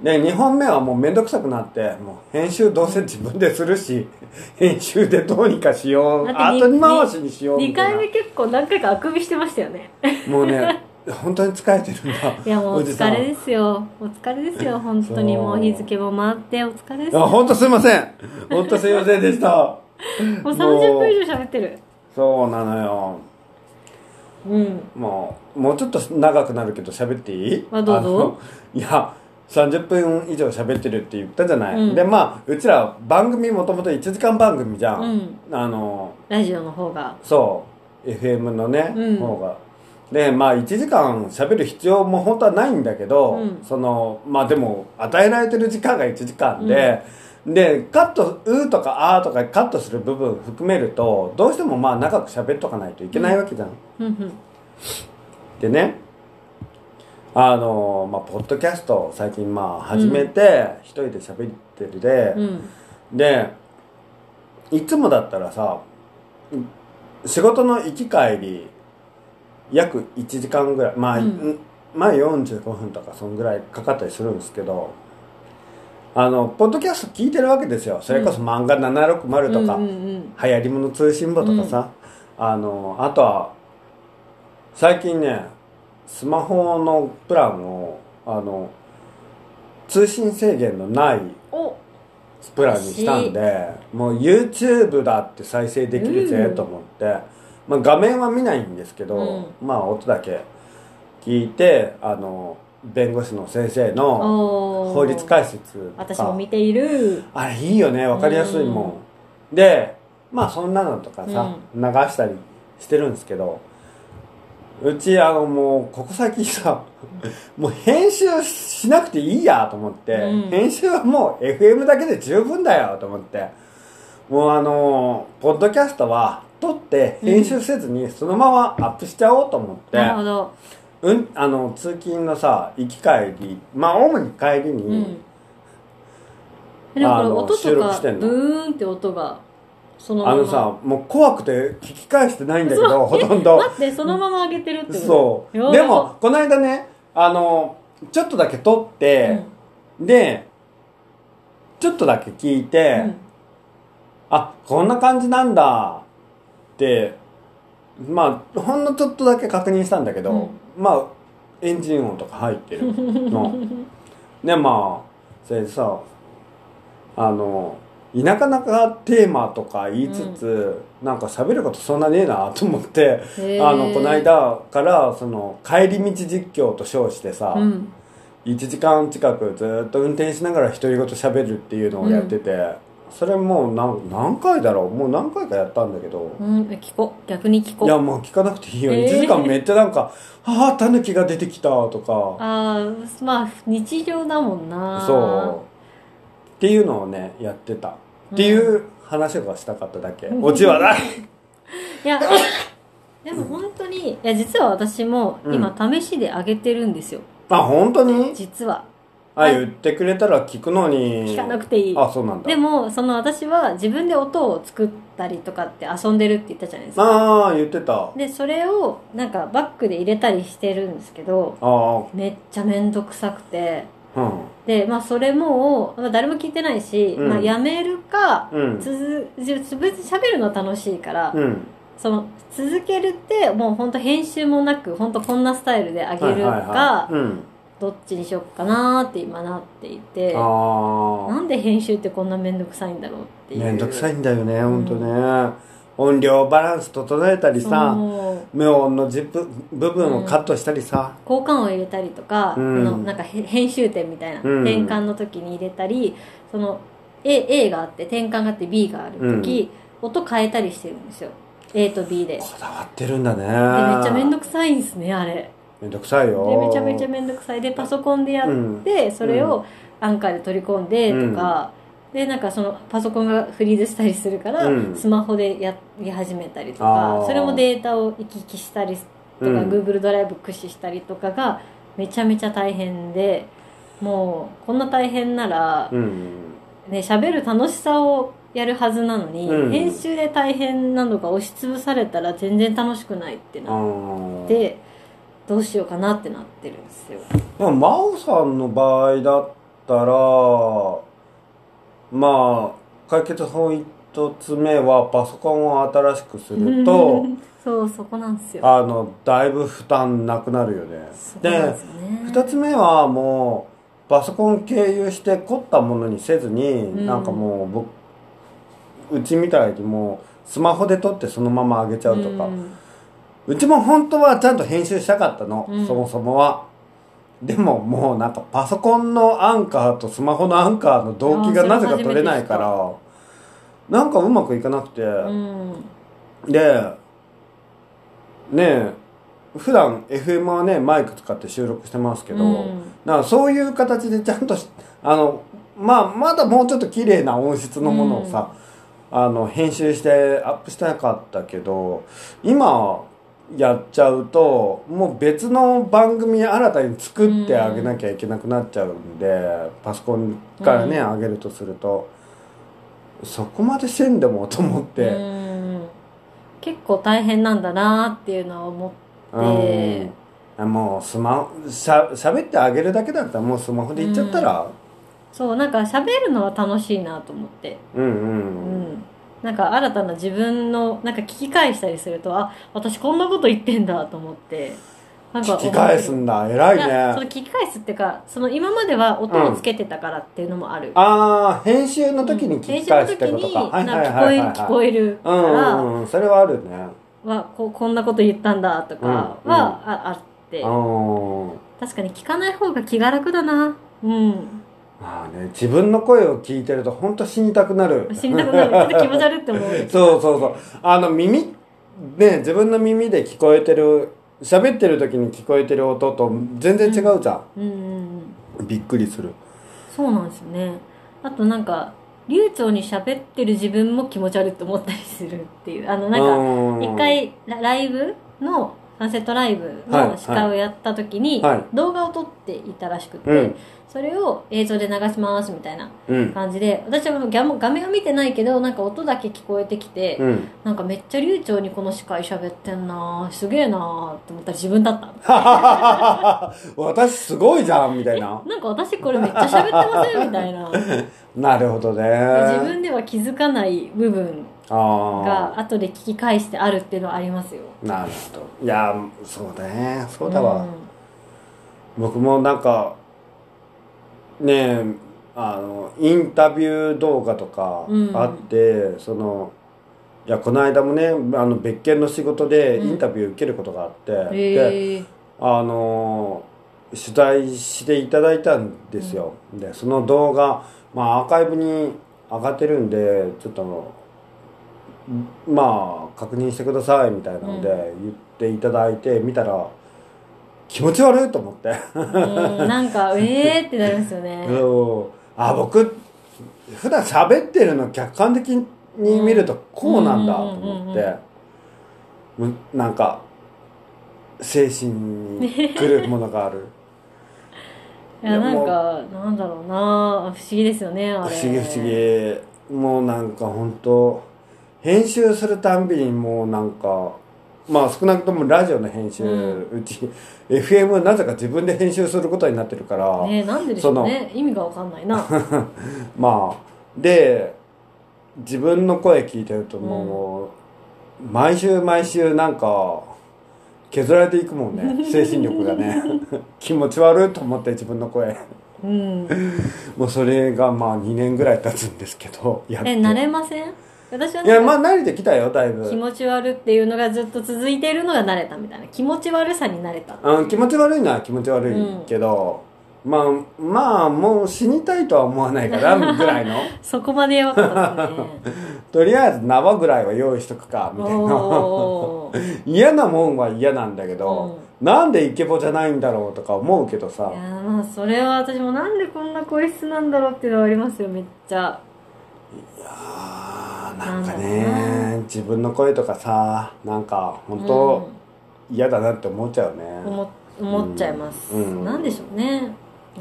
でにほんめはもうめんどくさくなってもう編集どうせ自分でするし編集でどうにかしよう後に回しにしようみたいな。 にかいめ結構何回かあくびしてましたよねもうね本当に疲れてるんだ。 いやもうお疲れですよお疲れですよ本当にもう日付も回ってお疲れですよ。 本当すいません本当すいませんでしたもうさんじゅっぷん以上喋ってる。 そうなのよ。うんもうもうちょっと長くなるけど喋っていい？ あどうぞ。 いやさんじゅっぷん以上喋ってるって言ったじゃない、うん、でまあうちら番組もともといちじかん番組じゃん、うん、あのラジオの方がそう エフエム のね、うん、方がでまあいちじかん喋る必要も本当はないんだけど、うん、そのまあでも与えられてる時間がいちじかんで、うん、でカット「う」とか「あ」とかカットする部分含めるとどうしてもまあ長く喋っとかないといけないわけじゃん、うんうん、でねあのまあポッドキャストを最近まあ始めて一人で喋ってるで、うん、でいつもだったらさ仕事の行き帰り約いちじかんぐらい、まあ、うん、まあよんじゅうごふんとかそんぐらいかかったりするんですけど、あのポッドキャスト聞いてるわけですよ。それこそ漫画ななひゃくろくじゅうとか、うんうんうん、流行り物通信簿とかさ、うん、あのあとは最近ねスマホのプランをあの通信制限のないプランにしたんで、もう YouTube だって再生できるぜと思って、うん、まあ、画面は見ないんですけど、うん、まあ音だけ聞いて、あの弁護士の先生の法律解説とか、 私も見ている。 あれいいよね、分かりやすいもん、うん、でまあそんなのとかさ、うん、流したりしてるんですけど、うちあのもうここ最近さもう編集しなくていいやと思って、うん、編集はもう エフエム だけで十分だよと思って、もうあのポッドキャストは撮って編集せずにそのままアップしちゃおうと思って、うん、なるほど、うん、あの通勤のさ行き帰り、まあ主に帰りに、うん、 でもこれ音とかブーンって音がそのまま、 あのさもう怖くて聞き返してないんだけどほとんど待ってそのまま上げてるってこと？ そうでもこの間ねあのちょっとだけ撮って、うん、でちょっとだけ聞いて、うん、あこんな感じなんだってまあほんのちょっとだけ確認したんだけど、うん、まあエンジン音とか入ってるのでまあそれでさあの田舎中テーマとか言いつつ、うん、なんか喋ることそんなねえなと思ってあのこの間からその帰り道実況と称してさ、うん、いちじかん近くずっと運転しながら独り言喋るっていうのをやってて、うん、それもう 何, 何回だろうもう何回かやったんだけど、 うん、聞こう逆に聞こう。 いやもう聞かなくていいよ、えー、いちじかんめっちゃなんか「ああタヌキが出てきた」とかああまあ日常だもんな。 そうっていうのをねやってたっていう話がしたかっただけ、うん、オチはないいやでも本当にいや実は私も今試しで上げてるんですよ、 うん、あ本当に実はあ言ってくれたら聞くのに聞かなくていい。 あそうなんだ。 でもその私は自分で音を作ったりとかって遊んでるって言ったじゃないですか。 ああ言ってた。 でそれをなんかバックで入れたりしてるんですけどあめっちゃめんどくさくて、うん、でまあそれもう誰も聞いてないし、うんまあ、やめるか、うん、つ自分で喋るの楽しいから、うん、その続けるってもう本当編集もなく本当こんなスタイルで上げるか、はいはいはいうん、どっちにしよっかなって今なっていて、あなんで編集ってこんなめんどくさいんだろうっていう。 めんどくさいんだよね本当ね、うん、音量バランス整えたりさ無音のジップ部分をカットしたりさ、 うん、交換を入れたりとか、うん、のなんか編集点みたいな、うん、転換の時に入れたりその A, A があって転換があって B がある時、うん、音変えたりしてるんですよ A と B で。 こだわってるんだね。でめっちゃめんどくさいんですねあれ。 めんどくさいよ。 でめちゃめちゃめんどくさいでパソコンでやって、うん、それをアンカーで取り込んでとか、うん、でなんかそのパソコンがフリーズしたりするから、うん、スマホでやり始めたりとかそれもデータを行き来したりとか、うん、Google ドライブ駆使したりとかがめちゃめちゃ大変でもうこんな大変なら、うんね、喋る楽しさをやるはずなのに、うん、編集で大変なのが押しつぶされたら全然楽しくないってなってどうしようかなってなってるんですよ。 でも真央さんの場合だったらまあ解決法一つ目はパソコンを新しくするとそうそこなんですよ。 あのだいぶ負担なくなるよね。で二つ目はもうパソコン経由して凝ったものにせずに、うん、なんかもう僕うちみたいにもうスマホで撮ってそのまま上げちゃうとか、うんうちも本当はちゃんと編集したかったの、うん、そもそもは。でももうなんかパソコンのアンカーとスマホのアンカーの同期がなぜか取れないからなんかうまくいかなくて、うん、でねえ普段 エフエム はねマイク使って収録してますけど、うん、だからそういう形でちゃんとあの、まあ、まだもうちょっと綺麗な音質のものをさ、うん、あの編集してアップしたかったけど今やっちゃうともう別の番組新たに作ってあげなきゃいけなくなっちゃうんで、うん、パソコンからね、うん、上げるとするとそこまでせんでもと思って、うん、 結構大変なんだなっていうのは思って、 うん、もうスマホしゃ喋ってあげるだけだったらもうスマホで言っちゃったら、うん、 そうなんか喋るのは楽しいなと思って、 うんうんうん、うん、 なんか新たな自分のなんか聞き返したりすると、あ、私こんなこと言ってんだと思って、 なんか聞き返すんだ、偉いね。いや、 その聞き返すっていうか、その今までは音をつけてたからっていうのもある、 うん、ああ編集の時に聞き返すってことか、 うん、編集の時に聞こえ、聞こえるから、 うんうん、それはあるね。 は こ, こんなこと言ったんだとかは、うんうん、あ, あって、確かに聞かない方が気が楽だな。うん。 まあね、自分の声を聞いてると本当死にたくなる。 死にたくなる。ちょっと気持ち悪いって思う。 そうそうそう。あの耳ね、自分の耳で聞こえてる、喋ってる時に聞こえてる音と全然違うじゃん。うんうんうん、びっくりする。 そうなんですよね。あとなんか流暢に喋ってる自分も気持ち悪いと思ったりするっていう、あのなんか一回ライブのサンセットライブの司会をやった時に動画を撮っていたらしくて、はいはい、それを映像で流しますみたいな感じで、うん、私は画面を見てないけどなんか音だけ聞こえてきて、うん、なんかめっちゃ流暢にこの司会喋ってんなすげえなって思ったら自分だった私すごいじゃんみたいな、 なんか私これめっちゃ喋ってませんみたいななるほどね。 自分では気づかない部分が後で聞き返してあるっていうのはありますよ。 なるほど。いやそうね、そうだわ、うん、僕もなんかねえ、あのインタビュー動画とかあって、うん、そのいやこの間もね、あの別件の仕事でインタビュー受けることがあって、うん、であの取材していただいたんですよ、うん、でその動画、まあ、アーカイブに上がってるんでちょっとまあ確認してくださいみたいなので言っていただいて見たら気持ち悪いと思ってうんなんかえーってなりますよね。 あ、僕普段喋ってるの客観的に見るとこうなんだと思ってなんか精神に来るものがあるいやなんかなんだろうな、不思議ですよねあれ。 不思議不思議。もうなんか本当編集するたんびにもうなんかまあ少なくともラジオの編集、うん、うち エフエム なぜか自分で編集することになってるからね、なんででしょうね、意味が分かんないなまあで自分の声聞いてるともう、うん、毎週毎週なんか削られていくもんね精神力がね気持ち悪いと思って自分の声うん、もうそれがまあにねんぐらい経つんですけどやってえ慣れません？私はいやまあ慣れてきたよだいぶ。 気持ち悪っていうのがずっと続いているのが慣れたみたいな、気持ち悪さに慣れた。 うん、気持ち悪いのは気持ち悪いけど、うん、まあまあもう死にたいとは思わないからぐらいのそこまでやばかったですねとりあえず縄ぐらいは用意しとくかみたいな嫌なもんは嫌なんだけど、うん、なんでイケボじゃないんだろうとか思うけどさ。 いやまあそれは私もなんでこんな声質なんだろうっていうのはありますよめっちゃ。 いやなんかね自分の声とかさなんか本当嫌だなって思っちゃうね、 うん、思, 思っちゃいます、うん、なんでしょうね、うん、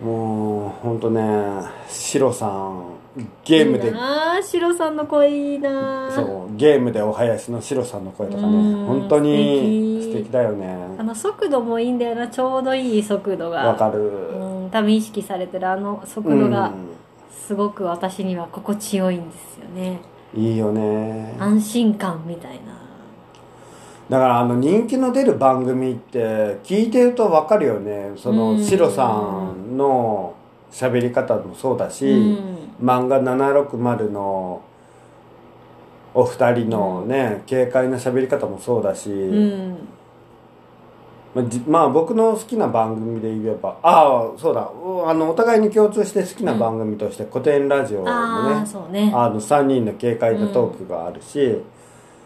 もう本当ねシロさんゲームでああシロさんの声いいな。 そうゲームでお囃子のシロさんの声とかね本当に素敵だよね。 あの速度もいいんだよな、ちょうどいい速度がわかる、 うん、多分意識されてるあの速度が、うんすごく私には心地よいんですよね。 いいよね、 安心感みたいな。 だからあの人気の出る番組って聞いてると分かるよね。そのシロさんの喋り方もそうだし、うん、漫画ななひゃくろくじゅうのお二人のね、うん、軽快な喋り方もそうだし、うんまあ、まあ僕の好きな番組で言えばああそうだあのお互いに共通して好きな番組として古典ラジオのね、うん、あそうねあのさんにんの軽快なトークがあるし、うん、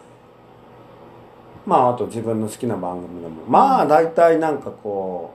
まああと自分の好きな番組でもまあ大体なんかこ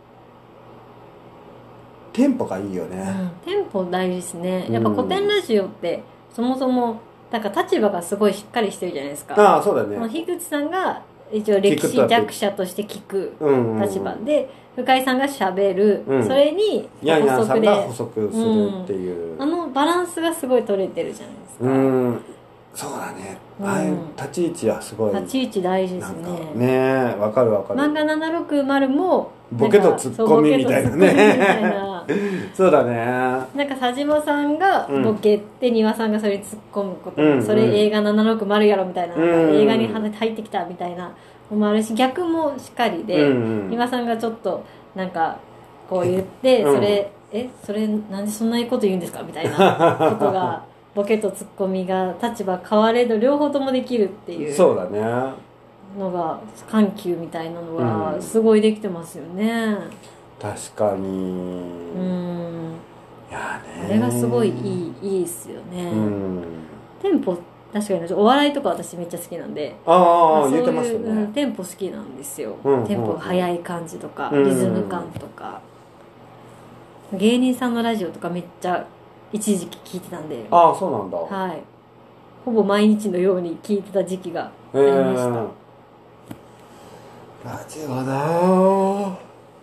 うテンポがいいよね、うん、 テンポ大事ですね。やっぱ古典ラジオってそもそもなんか立場がすごいしっかりしてるじゃないですか。 ああそうだね。 樋口さんが一応歴史弱者として聞く立場で、深井さんがしゃべる、うん、それにヤンヤンさんが補足するっていう、 うん、あのバランスがすごい取れてるじゃないですか。 うんそうだね、うん、ああいう立ち位置はすごい立ち位置大事ですね。 ねえ、わかるわかる。 漫画ななろくまるもボケとツッコミみたいなねそうだね。 なんか佐島さんがボケて、うん、丹羽さんがそれに突っ込むこと、うんうん、それ映画ななろくまるやろみたいな、うんうん、映画に入ってきたみたいなのもあるし、逆もしかりで、うんうん、丹羽さんがちょっとなんかこう言って、うん、それえそれなんでそんなこと言うんですかみたいなことがボケとツッコミが立場変われど両方ともできるっていうそうだねのが緩急みたいなのがすごいできてますよね、うん、 確かに。うんいやね、 あれがすごいいいいいっすよね、うん、テンポ確かにお笑いとか私めっちゃ好きなんで、 ああ言ってましたね、 うん、テンポ好きなんですよ、うんうんうん、テンポが速い感じとか、うん、リズム感とか、うん、芸人さんのラジオとかめっちゃ一時期聞いてたんで。 ああそうなんだ。 はい、ほぼ毎日のように聞いてた時期がありました、えー、 ラジオなぁ。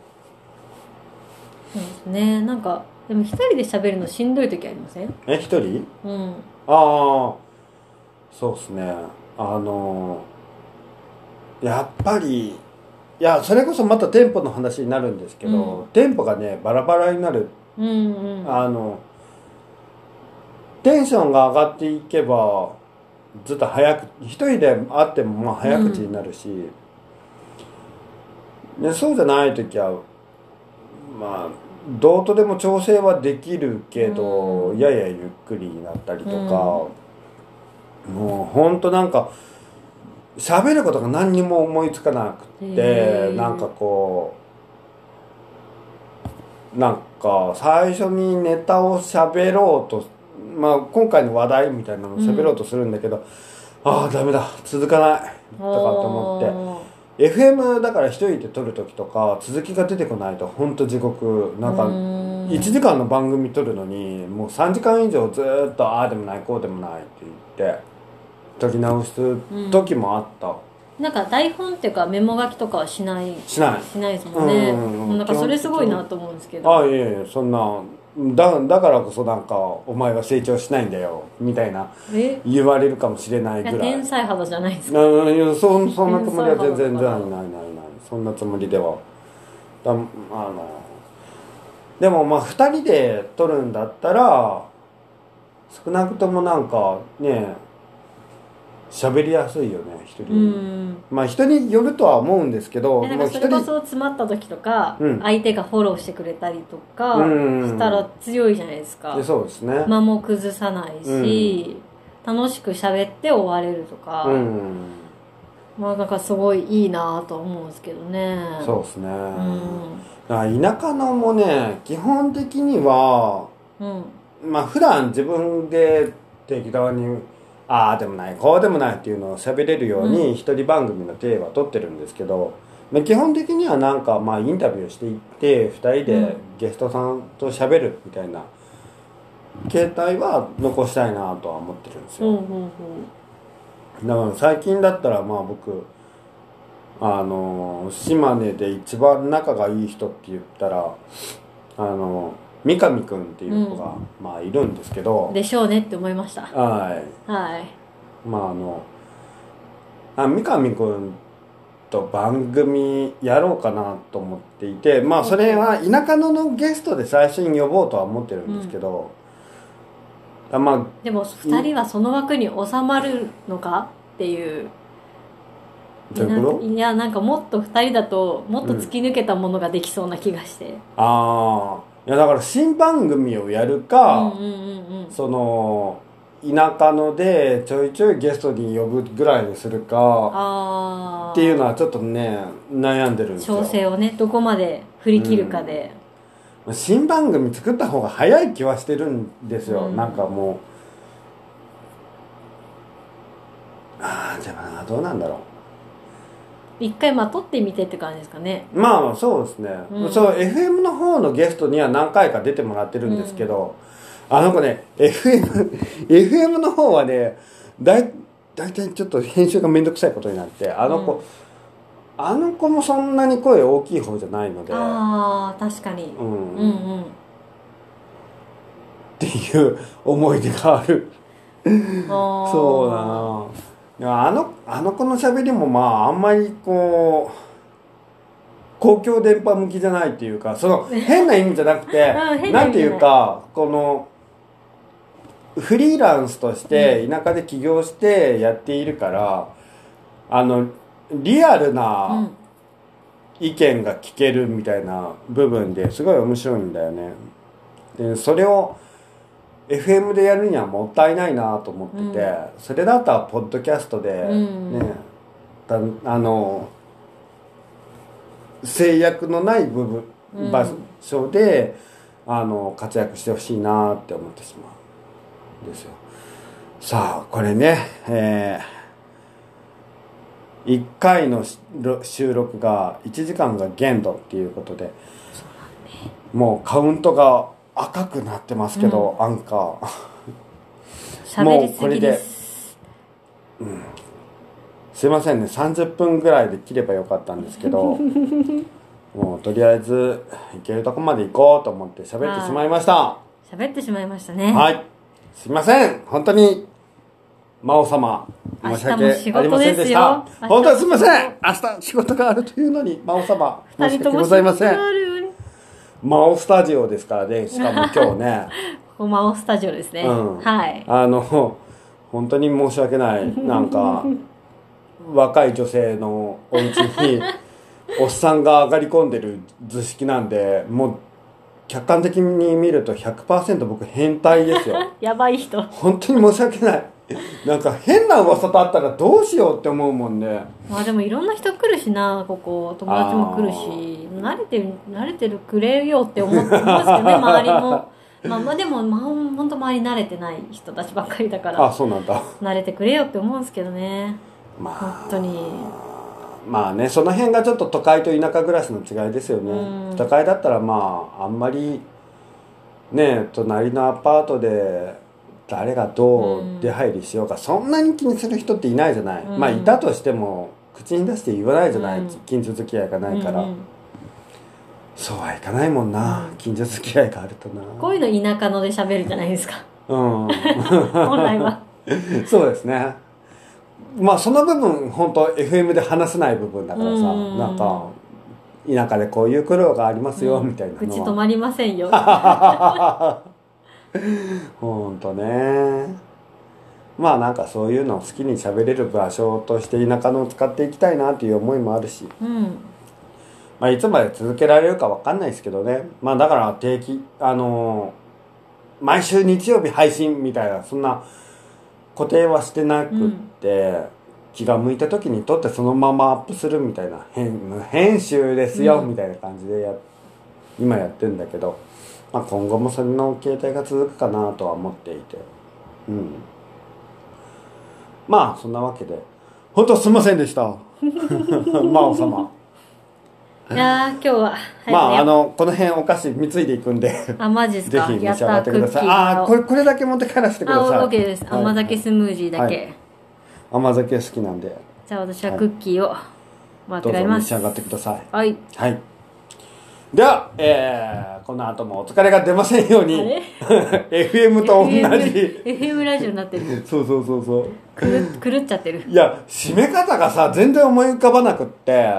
そうですね。なんかでも一人で喋るのしんどい時ありません？ え一人？ うん。 ああそうですね。あのやっぱりいやそれこそまたテンポの話になるんですけど、うん、テンポがねバラバラになる、 うんうん、 あのテンションが上がっていけばずっと早く一人で会ってもまあ早口になるし、うん、でそうじゃない時はまあどうとでも調整はできるけど、うん、ややゆっくりになったりとか、うん、もうほんとなんか喋ることが何にも思いつかなくて、なんかこうなんか最初にネタを喋ろうと、まあ今回の話題みたいなのを喋ろうとするんだけど、うん、ああダメだ続かないとかと思って。エフエム だから一人で撮る時とか続きが出てこないと本当地獄。なんかいちじかんの番組撮るのにもうさんじかん以上ずっとああでもないこうでもないって言って撮り直す時もあった、 うん、なんか台本っていうかメモ書きとかはしないしないしないですもんね、うんうんうん、なんかそれすごいなと思うんですけど。 ああいやいやそんなだ, だからこそなんかお前は成長しないんだよみたいな言われるかもしれないぐらい。いや天才肌じゃないですか。 いや そ, そんなつもりは全然ないないないないそんなつもりではだあのでもまあふたりで撮るんだったら少なくともなんかね喋りやすいよね一人、うん、まあ人によるとは思うんですけど、 なんかそれこそ詰まった時とか、うん、相手がフォローしてくれたりとかしたら強いじゃないですか、 でそうですね間も崩さないし、うん、楽しく喋って終われるとか、うん、まあなんかすごいいいなと思うんですけどね。 そうですね、うん、田舎のもね基本的には、うん、まあ普段自分で適当にああでもないこうでもないっていうのを喋れるように一人番組の体は取ってるんですけど、まあ、基本的にはなんかまあインタビューしていってふたりでゲストさんと喋るみたいな形態は残したいなとは思ってるんですよ、うんうんうん、だから最近だったらまあ僕あの島根で一番仲がいい人って言ったらあの三上くんっていう子が、うん、まあいるんですけどでしょうねって思いました。 はいはいまああのあ三上くんと番組やろうかなと思っていて、まあそれは田舎ののゲストで最初に呼ぼうとは思ってるんですけど、 うん、あまあでもふたりはその枠に収まるのかっていう。 どういうこと？ いやなんかもっとふたりだともっと突き抜けたものができそうな気がして、うん、 ああいやだから新番組をやるか、うんうんうんうん、その田舎のでちょいちょいゲストに呼ぶぐらいにするかあっていうのはちょっとね悩んでるんですよ。 調整をねどこまで振り切るかで、 うん、新番組作った方が早い気はしてるんですよ、うん、なんかもうああでもなどうなんだろう一回まとってみてって感じですかね。 まあそうですね、うん、そう エフエム の方のゲストには何回か出てもらってるんですけど、うん、あの子ね エフエム エフエム の方はねだいだいたいちょっと編集がめんどくさいことになってあの子、うん、あの子もそんなに声大きい方じゃないのでああ確かに、うん、うんうんっていう思い出があるそうだな。いや、あのあの子の喋りもまああんまりこう公共電波向きじゃないっていうか、その変な意味じゃなくてなんていうか、このフリーランスとして田舎で起業してやっているから、あのリアルな意見が聞けるみたいな部分ですごい面白いんだよね。でそれを エフエム でやるにはもったいないなと思ってて、うん、それだったらポッドキャストでね、うん、あの制約のない部分、うん、場所であの活躍してほしいなって思ってしまうんですよ。さあこれね、えー、いっかいの収録がいちじかんが限度っていうことで、もうカウントが赤くなってますけど、うん、アンカーもうこれで、 うん、すいませんね、さんじゅっぷんぐらいで切ればよかったんですけどもうとりあえず行けるとこまで行こうと思って喋ってしまいました。 喋ってしまいましたね。 はい、すいません、本当に魔王様申し訳ありませんでした。本当にすいません、明日仕事があるというのに魔王様申し訳ございません。魔王スタジオですからね、しかも今日ねここ魔王スタジオですね、うん、はい、 あの本当に申し訳ない、なんか若い女性のお家におっさんが上がり込んでる図式なんで、もう客観的に見ると ひゃくパーセント 僕変態ですよやばい人、 本当に申し訳ない。なんか変な噂とあったらどうしようって思うもんね。 まあでもいろんな人来るしな、ここ友達も来るし、慣れてる慣れてるくれよって思ってますけどね周りも。まあまあでも、まあ、本当周り慣れてない人たちばっかりだから、 あ、そうなんだ、 慣れてくれよって思うんですけどね。まあ本当にまあね、その辺がちょっと都会と田舎暮らしの違いですよね、うん、都会だったらまああんまりね、隣のアパートで誰がどう出入りしようか、うん、そんなに気にする人っていないじゃない、うん、まあいたとしても口に出して言わないじゃない、うん、近所付き合いがないから、うんうん、そうはいかないもんな、うん、近所付き合いがあるとな。 こういうの田舎ので喋るじゃないですか、 うん、 本来はそうですね。まあその部分本当 エフエム で話せない部分だからさ、うん、なんか田舎でこういう苦労がありますよ、うん、みたいなのは口止まりませんよほんとね。まあなんかそういうのを好きに喋れる場所として田舎のを使っていきたいなっていう思いもあるし、 うん、 まあいつまで続けられるか分かんないですけどね。まあだから定期あのー、毎週日曜日配信みたいなそんな固定はしてなくって、うん、気が向いた時に撮ってそのままアップするみたいな編編集ですよ、うん、みたいな感じでや今やってるんだけど、まあ、今後もそれの形態が続くかなとは思っていて、うん、まあそんなわけで本当すいませんでした魔王様。 いや今日はまああのこの辺お菓子貢いでいくんであ、マジですか。 ぜひ召し上がってください。ああこれこれだけ持って帰らせてください。 あ、 OK です。甘酒スムージーだけ、はい、 甘酒好きなんで、 じゃあ私はクッキーをもらって帰ります。 どうぞ召し上がってください。 はい、 はい、では、えー、この後もお疲れが出ませんようにエフエム と同じ エフエム ラジオになってるそうそうそうそう狂っちゃってる。 いや締め方がさ全然思い浮かばなくって、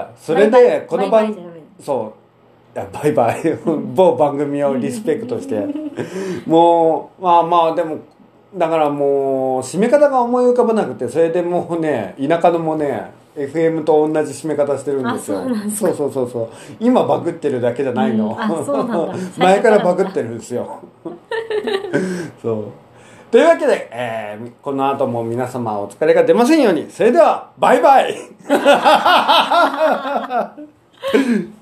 それでこの番そういやバイバイ某番組をリスペクトしてもうまあまあでもだからもう締め方が思い浮かばなくて、それでもうね田舎のもねエフエム と同じ締め方してるんですよ。 あ、そうなんですか。 そうそうそうそう、今バグってるだけじゃないの、うん、 あ、そうなんだ前からバグってるんですよそうというわけで、えー、この後も皆様お疲れが出ませんように。それではバイバイ